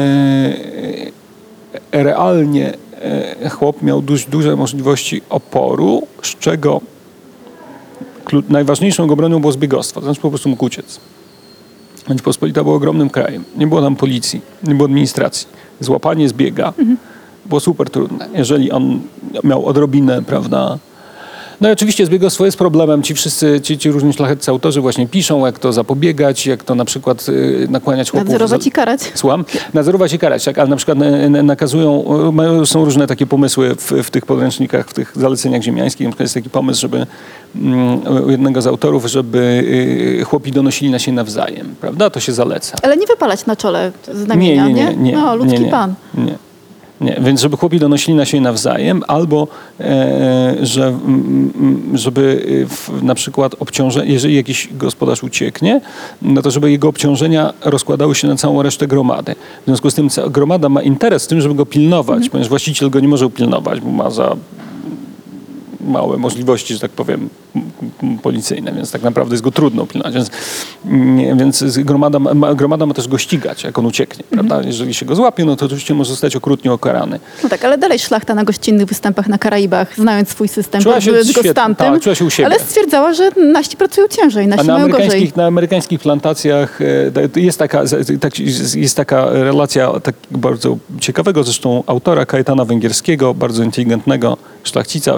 realnie chłop miał dość duże możliwości oporu, z czego najważniejszą jego bronią było zbiegostwo, to znaczy po prostu mógł uciec. Rzeczpospolita była ogromnym krajem, nie było tam policji, nie było administracji. Złapanie zbiega było super trudne. Jeżeli on miał odrobinę, prawda. No i oczywiście zbiegostwo jest problemem. Ci różni szlachetcy autorzy właśnie piszą, jak to zapobiegać, jak to na przykład nakłaniać chłopów. Nadzorować i karać. Słucham? Nadzorować i karać, tak, ale na przykład nakazują, są różne takie pomysły w tych podręcznikach, w tych zaleceniach ziemiańskich. Na przykład jest taki pomysł, żeby u jednego z autorów, żeby chłopi donosili na siebie nawzajem, prawda? To się zaleca. Ale nie wypalać na czole znamienia, nie? No, ludzki pan. Nie, więc żeby chłopi donosili na siebie nawzajem, albo żeby na przykład jeżeli jakiś gospodarz ucieknie, no to żeby jego obciążenia rozkładały się na całą resztę gromady. W związku z tym gromada ma interes w tym, żeby go pilnować, ponieważ właściciel go nie może upilnować, bo ma za małe możliwości, że tak powiem, policyjne, więc tak naprawdę jest go trudno upilnować. Więc gromada ma też go ścigać, jak on ucieknie, prawda? Jeżeli się go złapie, no to oczywiście może zostać okrutnie ukarany. No tak, ale dalej szlachta na gościnnych występach na Karaibach, znając swój system, czuła się u siebie. Ale stwierdzała, że naści pracują ciężej, nasi mają gorzej. Na amerykańskich plantacjach jest taka relacja tak bardzo ciekawego zresztą autora Kajetana Węgierskiego, bardzo inteligentnego szlachcica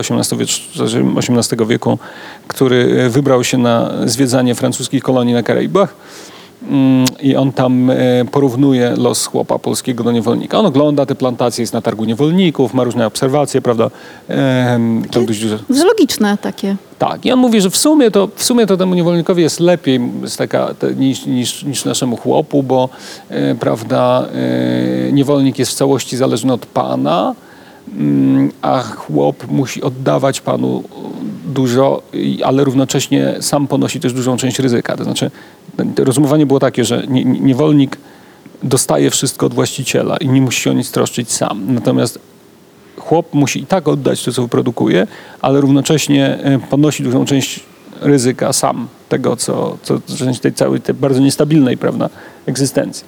XVIII wieku, który wybrał się na zwiedzanie francuskich kolonii na Karaibach i on tam porównuje los chłopa polskiego do niewolnika. On ogląda te plantacje, jest na targu niewolników, ma różne obserwacje, prawda? To dość dużo. Zoologiczne takie. Tak, i on mówi, że w sumie to temu niewolnikowi jest lepiej niż naszemu chłopu, bo prawda, niewolnik jest w całości zależny od pana, a chłop musi oddawać panu dużo, ale równocześnie sam ponosi też dużą część ryzyka. To znaczy, rozumowanie było takie, że niewolnik dostaje wszystko od właściciela i nie musi się o nic troszczyć sam. Natomiast chłop musi i tak oddać to, co wyprodukuje, ale równocześnie ponosi dużą część ryzyka sam tego, tej całej, tej bardzo niestabilnej, prawda, egzystencji.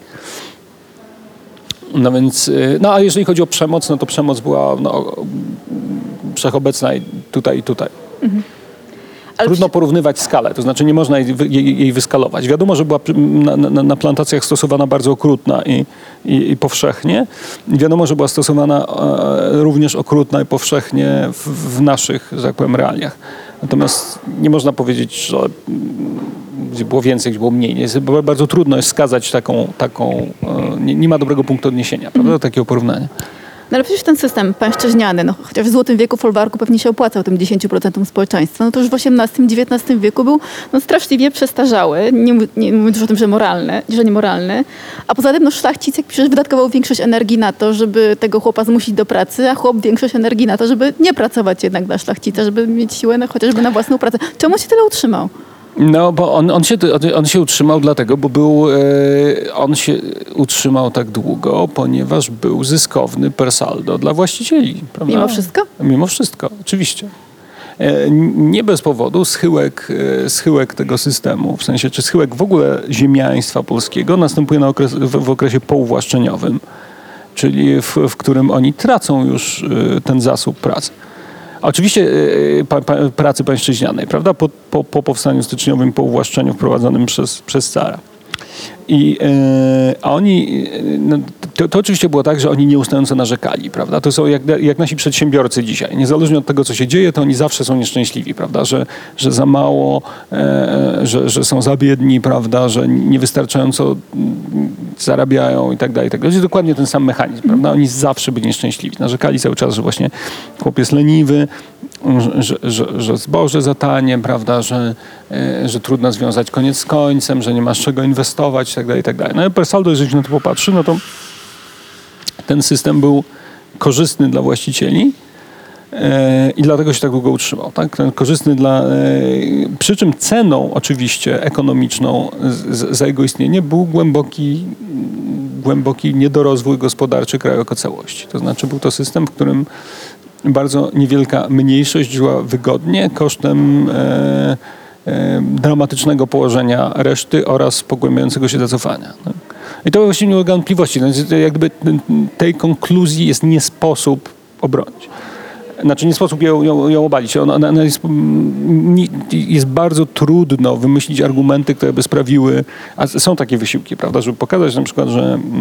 No więc, a jeżeli chodzi o przemoc, no to przemoc była wszechobecna i tutaj. Mhm. Trudno porównywać skalę, to znaczy nie można jej wyskalować. Wiadomo, że była na plantacjach stosowana bardzo okrutna i powszechnie. Wiadomo, że była stosowana również okrutna i powszechnie w naszych, że tak powiem, realiach. Natomiast nie można powiedzieć, że gdzie było więcej, gdzie było mniej. Bardzo trudno jest wskazać taką nie ma dobrego punktu odniesienia, prawda, do takiego porównania. No ale przecież ten system pańszczyźniany, chociaż w złotym wieku folwarku pewnie się opłacał tym 10% społeczeństwa, no to już w XVIII, XIX wieku był straszliwie przestarzały, nie mówiąc już o tym, że niemoralny. A poza tym szlachcic, jak piszesz, wydatkował większość energii na to, żeby tego chłopa zmusić do pracy, a chłop większość energii na to, żeby nie pracować jednak dla szlachcica, żeby mieć siłę chociażby na własną pracę. Czemu się tyle utrzymał? No, bo on się utrzymał dlatego, bo on się utrzymał tak długo, ponieważ był zyskowny per saldo dla właścicieli. Prawda? Mimo wszystko? Mimo wszystko, oczywiście. Nie bez powodu schyłek tego systemu, w sensie, czy schyłek w ogóle ziemiaństwa polskiego następuje w okresie pouwłaszczeniowym, czyli w którym oni tracą już ten zasób pracy. Oczywiście pracy pańszczyźnianej, prawda? Po powstaniu styczniowym, po uwłaszczeniu wprowadzonym przez cara. A oni, to oczywiście było tak, że oni nieustająco narzekali, prawda? To są jak nasi przedsiębiorcy dzisiaj. Niezależnie od tego, co się dzieje, to oni zawsze są nieszczęśliwi, prawda? Że za mało, że są za biedni, prawda? Że niewystarczająco zarabiają i tak dalej. To jest dokładnie ten sam mechanizm, prawda? Oni zawsze byli nieszczęśliwi. Narzekali cały czas, że właśnie chłop jest leniwy, że zboże za tanie, prawda? Że trudno związać koniec z końcem, że nie masz czego inwestować i tak dalej. No i per saldo, jeżeli się na to popatrzy, no to ten system był korzystny dla właścicieli i dlatego się tak długo utrzymał. Tak? Ten korzystny przy czym ceną oczywiście ekonomiczną za jego istnienie był głęboki niedorozwój gospodarczy kraju jako całości. To znaczy był to system, w którym bardzo niewielka mniejszość żyła wygodnie kosztem dramatycznego położenia reszty oraz pogłębiającego się zacofania. I to właściwie nie ulega wątpliwości. Jakby tej konkluzji jest nie sposób obronić. Znaczy nie sposób ją obalić. Jest bardzo trudno wymyślić argumenty, które by sprawiły, a są takie wysiłki, prawda, żeby pokazać na przykład,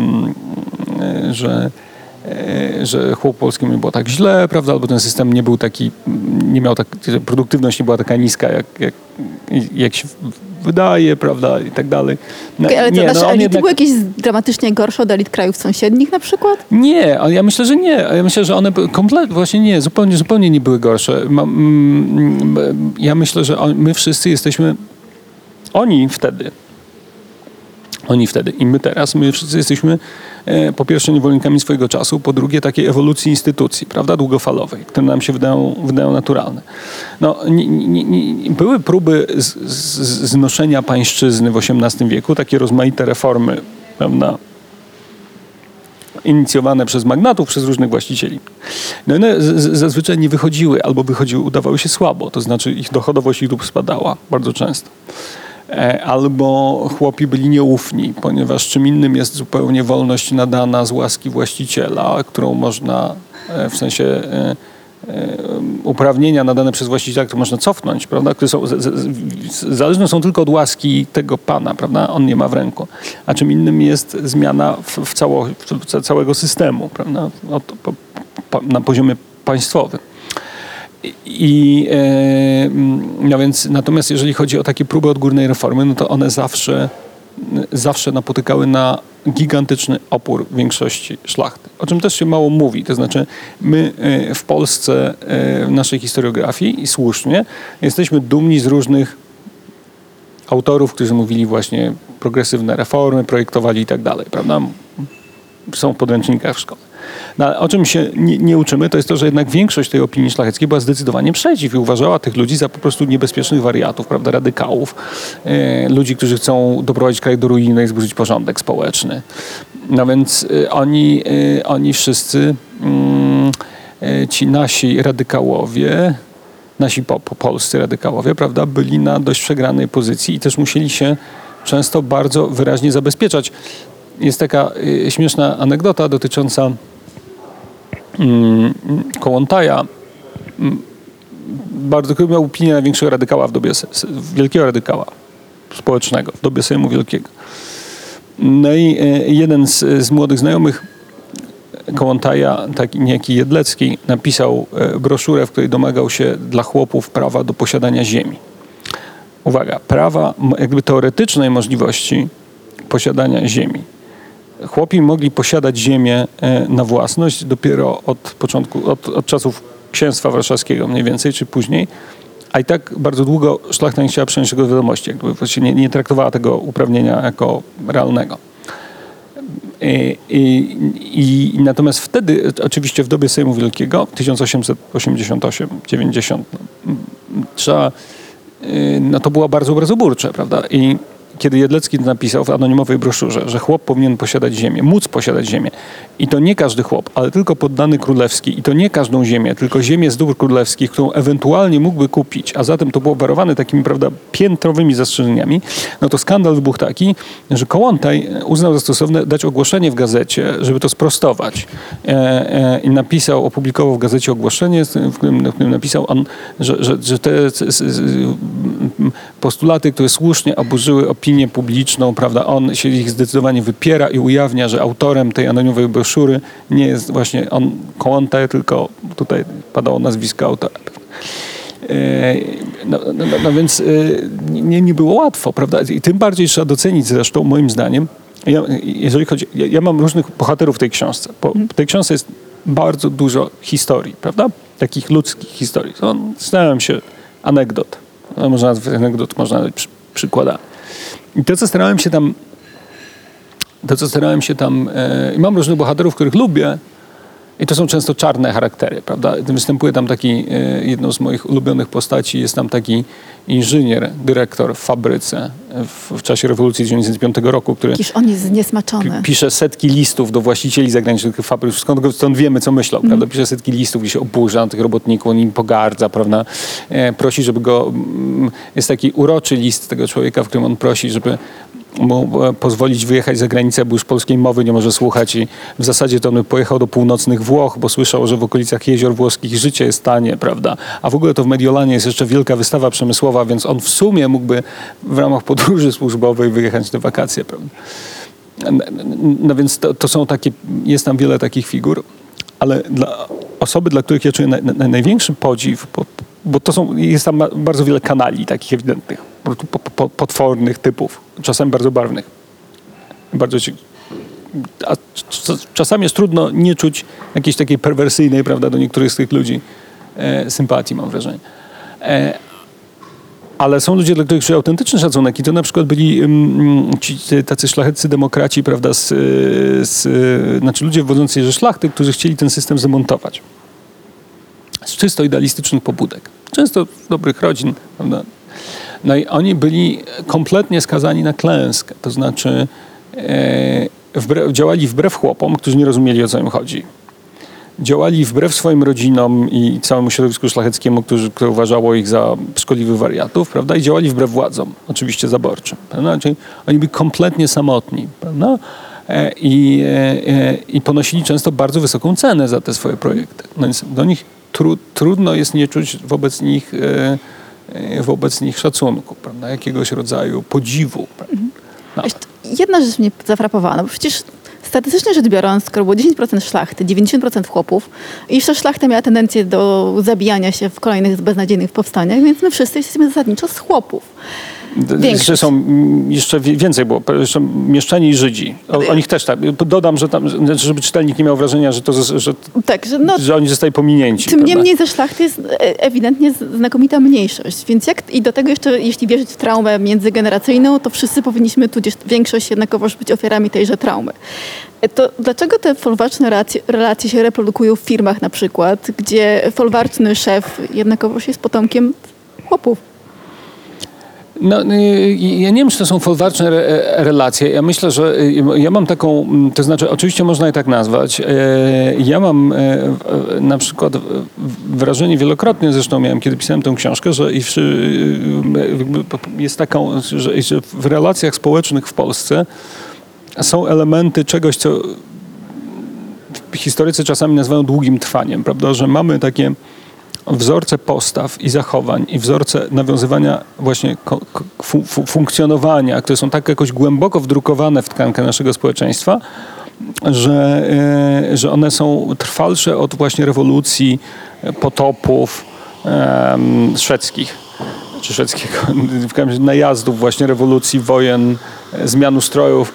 że chłop polskiemu nie było tak źle, prawda, albo ten system nie był taki, produktywność nie była taka niska, jak się wydaje, prawda, i tak dalej. Ale elity były jakieś dramatycznie gorsze od elit krajów sąsiednich na przykład? Nie, ale ja myślę, że nie. Ja myślę, że one właśnie nie, zupełnie nie były gorsze. Ja myślę, że my wszyscy jesteśmy, oni wtedy i my teraz, my wszyscy jesteśmy po pierwsze niewolnikami swojego czasu, po drugie takiej ewolucji instytucji, prawda, długofalowej, które nam się wydają naturalne. No, były próby znoszenia pańszczyzny w XVIII wieku, takie rozmaite reformy, prawda, inicjowane przez magnatów, przez różnych właścicieli. No one zazwyczaj nie wychodziły, albo udawały się słabo, to znaczy ich dochodowość ich dóbr spadała bardzo często. Albo chłopi byli nieufni, ponieważ czym innym jest zupełnie wolność nadana z łaski właściciela, którą można, w sensie uprawnienia nadane przez właściciela, które można cofnąć, prawda, które zależne są tylko od łaski tego pana, prawda, on nie ma w ręku. A czym innym jest zmiana całego systemu, prawda, na poziomie państwowym. No więc, natomiast jeżeli chodzi o takie próby odgórnej reformy, no to one zawsze zawsze napotykały na gigantyczny opór większości szlachty. O czym też się mało mówi. To znaczy my w Polsce, w naszej historiografii i słusznie, jesteśmy dumni z różnych autorów, którzy mówili właśnie progresywne reformy, projektowali i tak dalej, prawda? Są w podręcznikach w szkole. No, ale o czym się nie uczymy, to jest to, że jednak większość tej opinii szlacheckiej była zdecydowanie przeciw i uważała tych ludzi za po prostu niebezpiecznych wariatów, prawda, radykałów, ludzi, którzy chcą doprowadzić kraj do ruiny i zburzyć porządek społeczny. No więc oni wszyscy, ci nasi radykałowie, nasi polscy radykałowie, prawda, byli na dość przegranej pozycji i też musieli się często bardzo wyraźnie zabezpieczać. Jest taka śmieszna anegdota dotycząca Kołłątaja, który miał opinię największego radykała w dobie, wielkiego radykała społecznego, w dobie Sejmu Wielkiego. No i jeden z młodych znajomych Kołłątaja, taki niejaki Jedlecki, napisał broszurę, w której domagał się dla chłopów prawa do posiadania ziemi. Uwaga, prawa, jakby teoretycznej możliwości posiadania ziemi. Chłopi mogli posiadać ziemię na własność dopiero od czasów księstwa warszawskiego mniej więcej, czy później, a i tak bardzo długo szlachta nie chciała przyjąć tego do wiadomości, jakby właściwie nie traktowała tego uprawnienia jako realnego. Natomiast wtedy, oczywiście w dobie Sejmu Wielkiego, 1888-90, no to było bardzo obrazoburcze, prawda? I kiedy Jedlecki napisał w anonimowej broszurze, że chłop powinien posiadać ziemię, móc posiadać ziemię. I to nie każdy chłop, ale tylko poddany królewski. I to nie każdą ziemię, tylko ziemię z dóbr królewskich, którą ewentualnie mógłby kupić. A zatem to było warowane takimi, prawda, piętrowymi zastrzeżeniami. No to skandal wybuchł taki, że Kołłątaj uznał za stosowne dać ogłoszenie w gazecie, żeby to sprostować. I opublikował w gazecie ogłoszenie, w którym napisał on, że te postulaty, które słusznie oburzyły opinię publiczną, prawda, on się ich zdecydowanie wypiera i ujawnia, że autorem tej anonimowej broszury nie jest właśnie on Kołłątaj, tylko tutaj padało nazwisko autora. No więc nie było łatwo, prawda? I tym bardziej trzeba docenić zresztą, moim zdaniem, jeżeli chodzi, ja mam różnych bohaterów w tej książce. W tej książce jest bardzo dużo historii, prawda? Takich ludzkich historii. Starałem się anegdot. Można nawet przykładami. I to, co starałem się tam, i mam różnych bohaterów, których lubię, i to są często czarne charaktery, prawda? Występuje tam taki, jedną z moich ulubionych postaci jest tam taki inżynier, dyrektor w fabryce w czasie rewolucji 1905 roku, który on jest zniesmaczony. Pisze setki listów do właścicieli zagranicznych fabryk, stąd wiemy, co myślał, prawda? Pisze setki listów, gdzie się oburza na tych robotników, on im pogardza, prawda? Prosi, żeby jest taki uroczy list tego człowieka, w którym on prosi, żeby mu pozwolić wyjechać za granicę, bo już polskiej mowy nie może słuchać i w zasadzie to on pojechał do północnych Włoch, bo słyszał, że w okolicach jezior włoskich życie jest tanie, prawda? A w ogóle to w Mediolanie jest jeszcze wielka wystawa przemysłowa, więc on w sumie mógłby w ramach podróży służbowej wyjechać na wakacje, prawda? No więc to są takie, jest tam wiele takich figur, ale dla osoby, dla których ja czuję największy podziw, bo jest tam bardzo wiele kanali takich ewidentnych, potwornych typów, czasami bardzo barwnych. A czasami jest trudno nie czuć jakiejś takiej perwersyjnej, prawda, do niektórych z tych ludzi sympatii, mam wrażenie. Ale są ludzie, dla których czuję autentyczny szacunek i to na przykład byli ci tacy szlacheccy demokraci, prawda, znaczy ludzie wywodzący się ze szlachty, którzy chcieli ten system zamontować. Z czysto idealistycznych pobudek. Często z dobrych rodzin, prawda. No i oni byli kompletnie skazani na klęskę. To znaczy działali wbrew chłopom, którzy nie rozumieli, o co im chodzi. Działali wbrew swoim rodzinom i całemu środowisku szlacheckiemu, które uważało ich za szkodliwych wariatów, prawda? I działali wbrew władzom, oczywiście zaborczym. Prawda? Czyli oni byli kompletnie samotni, prawda? I ponosili często bardzo wysoką cenę za te swoje projekty. No więc do nich trudno jest nie czuć wobec nich szacunku, prawda? Jakiegoś rodzaju podziwu. No. Jedna rzecz mnie zafrapowała, no bo przecież statystycznie rzecz biorąc, skoro było 10% szlachty, 90% chłopów i jeszcze szlachta miała tendencję do zabijania się w kolejnych beznadziejnych powstaniach, więc my wszyscy jesteśmy zasadniczo z chłopów. Jeszcze są jeszcze więcej było, jeszcze mieszczanie i Żydzi. O nich też tak. Dodam, że tam, żeby czytelnik nie miał wrażenia, Tak, że oni zostali pominięci. Tym niemniej ze szlachty jest ewidentnie znakomita mniejszość. Więc i do tego jeszcze, jeśli wierzyć w traumę międzygeneracyjną, to wszyscy powinniśmy, tudzież większość jednakowoż być ofiarami tejże traumy. To dlaczego te folwarczne relacje się reprodukują w firmach na przykład, gdzie folwarczny szef jednakowoż jest potomkiem chłopów? No, ja nie wiem, czy to są folwarczne relacje. Ja myślę, że ja mam taką, to znaczy oczywiście można je tak nazwać. Ja mam na przykład wrażenie, wielokrotnie zresztą miałem, kiedy pisałem tę książkę, że jest taką, że w relacjach społecznych w Polsce są elementy czegoś, co historycy czasami nazywają długim trwaniem, prawda? Że mamy takie wzorce postaw i zachowań i wzorce nawiązywania właśnie funkcjonowania, które są tak jakoś głęboko wdrukowane w tkankę naszego społeczeństwa, że one są trwalsze od właśnie rewolucji, potopów szwedzkich, czy szwedzkiego, w każdym razie najazdów, właśnie rewolucji, wojen, zmian ustrojów,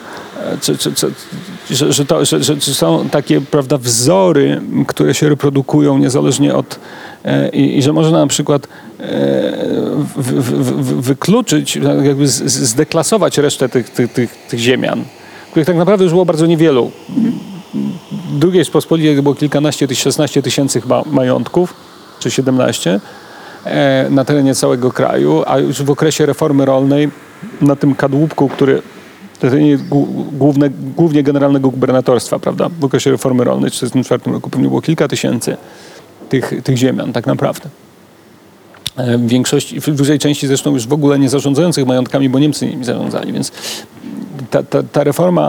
że są takie, prawda, wzory, które się reprodukują niezależnie od i że można na przykład wykluczyć, jakby zdeklasować resztę tych ziemian, których tak naprawdę już było bardzo niewielu. Drugiej Rzeczypospolitej było kilkanaście, 16 tysięcy chyba majątków, czy 17 na terenie całego kraju, a już w okresie reformy rolnej na tym kadłubku, który głównie generalnego gubernatorstwa, prawda, w okresie reformy rolnej w 1944 roku pewnie było kilka tysięcy tych ziemian tak naprawdę. W dużej części zresztą już w ogóle nie zarządzających majątkami, bo Niemcy nimi zarządzali, więc ta reforma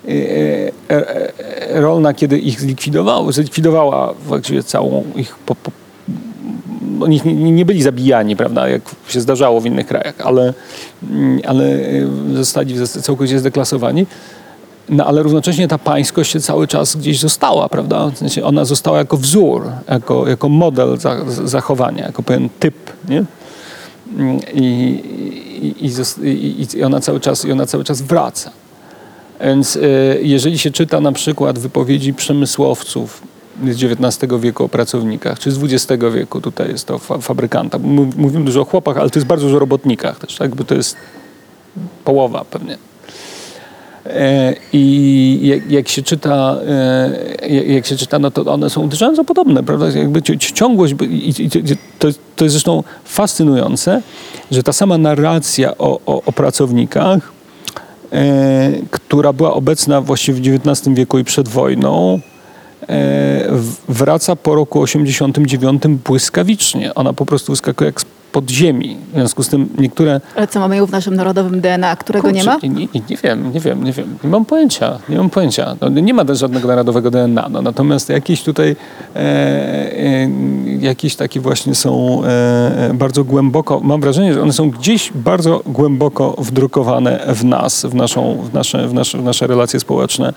rolna, kiedy ich zlikwidowała właściwie całą ich oni nie byli zabijani, prawda, jak się zdarzało w innych krajach, ale zostali całkowicie zdeklasowani. No, ale równocześnie ta pańskość się cały czas gdzieś została, prawda? W sensie ona została jako wzór, jako model zachowania, jako pewien typ, nie? I ona cały czas wraca. Więc jeżeli się czyta na przykład wypowiedzi przemysłowców z XIX wieku o pracownikach, czy z XX wieku, tutaj jest to fabrykanta. Mówimy dużo o chłopach, ale to jest bardzo dużo o robotnikach też, tak? Bo to jest połowa pewnie. I jak się czyta, no to one są uderzająco podobne, prawda? Jakby ciągłość, to jest zresztą fascynujące, że ta sama narracja o pracownikach, która była obecna właściwie w XIX wieku i przed wojną, wraca po roku 89 błyskawicznie. Ona po prostu wyskakuje jak spod ziemi. W związku z tym niektóre... Ale co mamy ją w naszym narodowym DNA, którego nie ma? Nie wiem. Nie mam pojęcia. No, nie ma też żadnego narodowego DNA. No, natomiast jakieś tutaj jakieś takie właśnie są bardzo głęboko, mam wrażenie, że one są gdzieś bardzo głęboko wdrukowane w nas, w nasze relacje społeczne.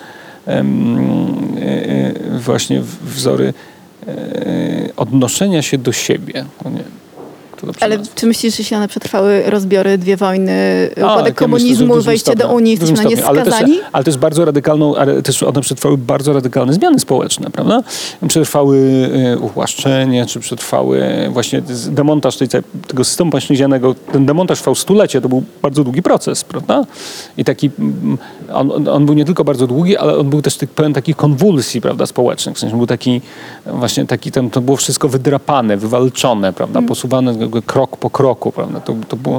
Właśnie wzory odnoszenia się do siebie. Ale czy myślisz, że się one przetrwały rozbiory, dwie wojny, upadek komunizmu, wejście do Unii, jesteśmy na nie skazani? Ale też bardzo radykalną, ale też one przetrwały bardzo radykalne zmiany społeczne, prawda? Przetrwały uwłaszczenie, czy przetrwały właśnie demontaż tego systemu pańszczyźnianego. Ten demontaż trwał stulecie, to był bardzo długi proces, prawda? I taki, on był nie tylko bardzo długi, ale on był też pełen takich konwulsji, prawda, społecznych. W sensie był taki, to było wszystko wydrapane, wywalczone, prawda, posuwane krok po kroku, prawda? To było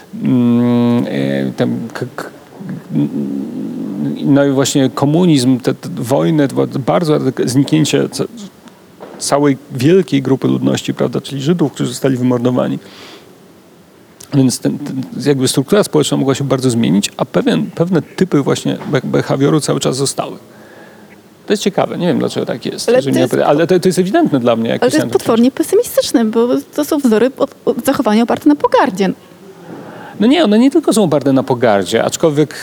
no i właśnie komunizm, te wojny, bardzo zniknięcie całej wielkiej grupy ludności, prawda, czyli Żydów, którzy zostali wymordowani. Więc jakby struktura społeczna mogła się bardzo zmienić, a pewne typy właśnie behawioru cały czas zostały. To jest ciekawe, nie wiem dlaczego tak jest. Ale to jest ewidentne dla mnie. Ale to jest potwornie pesymistyczne, bo to są wzory zachowania oparte na pogardzie. No nie, one nie tylko są oparte na pogardzie, aczkolwiek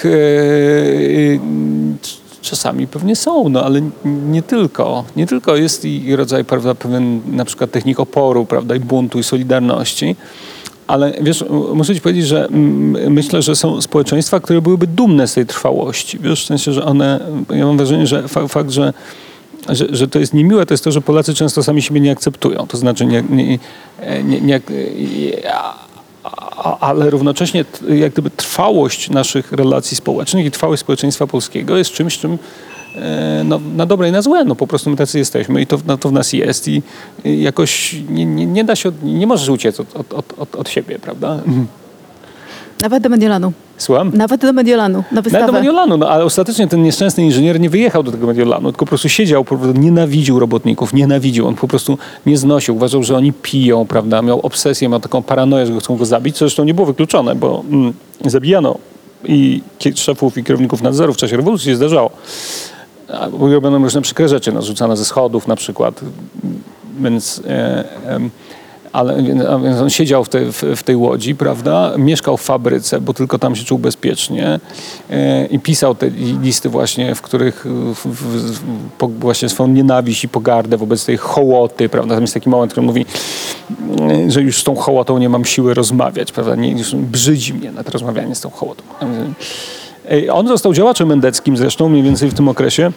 czasami pewnie są, no ale nie tylko. Nie tylko jest i rodzaj, prawda, pewien na przykład technik oporu, prawda, i buntu, i solidarności, Ale wiesz, muszę ci powiedzieć, że myślę, że są społeczeństwa, które byłyby dumne z tej trwałości. Wiesz, w sensie, że one, ja mam wrażenie, że fakt, że to jest niemiłe, to jest to, że Polacy często sami siebie nie akceptują. To znaczy, ale równocześnie jak gdyby trwałość naszych relacji społecznych i trwałość społeczeństwa polskiego jest czymś, czym na dobre i na złe. Po prostu my tacy jesteśmy i to w nas jest i jakoś nie da się, nie możesz uciec od siebie, prawda? Nawet do Mediolanu. Słucham? Nawet do Mediolanu, na wystawę. Nawet do Mediolanu, ale ostatecznie ten nieszczęsny inżynier nie wyjechał do tego Mediolanu, tylko po prostu siedział, po prostu nienawidził robotników, nienawidził. On po prostu nie znosił, uważał, że oni piją, prawda? Miał obsesję, miał taką paranoję, że chcą go zabić, co zresztą nie było wykluczone, bo zabijano i szefów i kierowników nadzoru w czasie rewolucji się zdarzało. Robiono różne przykre rzeczy, rzucano ze schodów na przykład, więc on siedział w tej łodzi, prawda? Mieszkał w fabryce, bo tylko tam się czuł bezpiecznie i pisał te listy właśnie, w których właśnie swoją nienawiść i pogardę wobec tej hołoty, prawda? Tam jest taki moment, który mówi, że już z tą hołotą nie mam siły rozmawiać, prawda? Już brzydzi mnie na to rozmawianie z tą hołotą. On został działaczem endeckim zresztą, mniej więcej w tym okresie.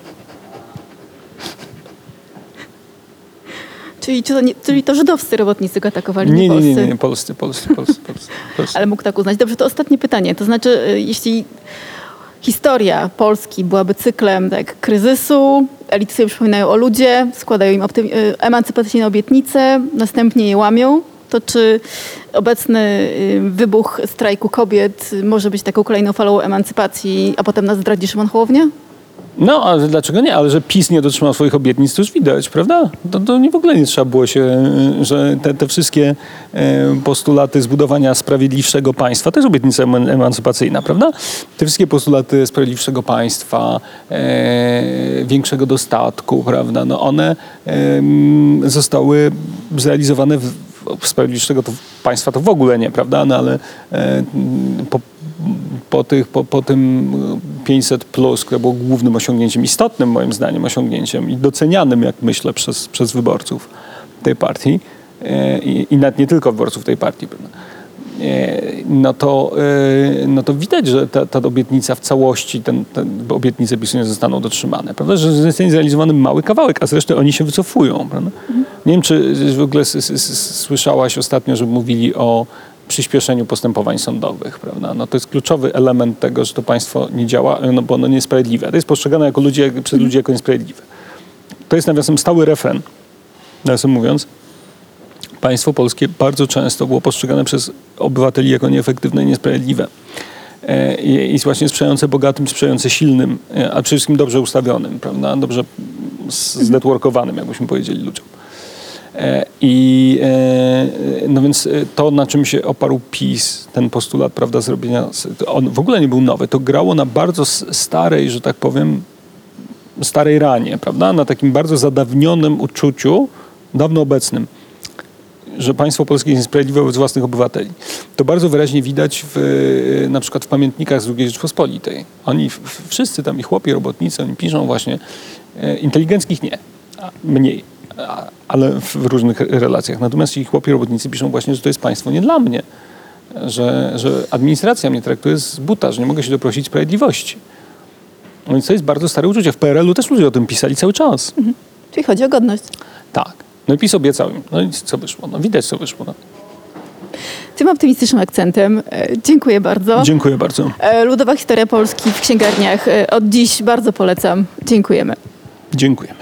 Czyli to żydowscy robotnicy go atakowali, nie polscy? Nie, polscy. Ale mógł tak uznać. Dobrze, to ostatnie pytanie. To znaczy, jeśli historia Polski byłaby cyklem kryzysu, elity sobie przypominają o ludzie, składają im emancypacyjne obietnice, następnie je łamią, to czy obecny wybuch strajku kobiet może być taką kolejną falą emancypacji, a potem nas zdradzi Szymon Hołownia? No, ale dlaczego nie? Ale że PiS nie dotrzymał swoich obietnic, to już widać, prawda? To w ogóle nie trzeba było się, że te wszystkie postulaty zbudowania sprawiedliwszego państwa, to jest obietnica emancypacyjna, prawda? Te wszystkie postulaty sprawiedliwszego państwa, większego dostatku, prawda? No one zostały zrealizowane sprawiedliwszego państwa to w ogóle nie, prawda? No ale po tym 500+, które było głównym osiągnięciem, istotnym moim zdaniem osiągnięciem i docenianym, jak myślę, przez wyborców tej partii i nawet nie tylko wyborców tej partii, no to widać, że ta obietnica w całości, te obietnice PiS nie zostaną dotrzymane, prawda? Że zostanie zrealizowany mały kawałek, a zresztą oni się wycofują, prawda? Nie wiem, czy w ogóle słyszałaś ostatnio, że mówili o przyspieszeniu postępowań sądowych, prawda? No to jest kluczowy element tego, że to państwo nie działa, no bo ono nie jest sprawiedliwe. To jest postrzegane przez ludzi jako niesprawiedliwe. To jest nawiasem stały refren. Nawiasem mówiąc, państwo polskie bardzo często było postrzegane przez obywateli jako nieefektywne i niesprawiedliwe. I właśnie sprzyjające bogatym, sprzyjające silnym, a przede wszystkim dobrze ustawionym, prawda? Dobrze znetworkowanym, jakbyśmy powiedzieli ludziom. No więc to, na czym się oparł PiS, ten postulat, prawda, zrobienia, on w ogóle nie był nowy. To grało na bardzo starej, że tak powiem, starej ranie, prawda? Na takim bardzo zadawnionym uczuciu, dawno obecnym, że państwo polskie jest niesprawiedliwe wobec własnych obywateli. To bardzo wyraźnie widać na przykład w pamiętnikach z II Rzeczpospolitej. Oni wszyscy tam, i chłopi, robotnicy, oni piszą właśnie, inteligenckich nie, mniej, ale w różnych relacjach. Natomiast ci chłopi robotnicy piszą właśnie, że to jest państwo nie dla mnie, że administracja mnie traktuje z buta, że nie mogę się doprosić sprawiedliwości. No więc to jest bardzo stare uczucie. W PRL-u też ludzie o tym pisali cały czas. Czyli chodzi o godność. Tak. No i PiS obiecał im. No i co wyszło? No widać, co wyszło. No. Tym optymistycznym akcentem dziękuję bardzo. Dziękuję bardzo. Ludowa historia Polski w księgarniach od dziś bardzo polecam. Dziękujemy. Dziękuję.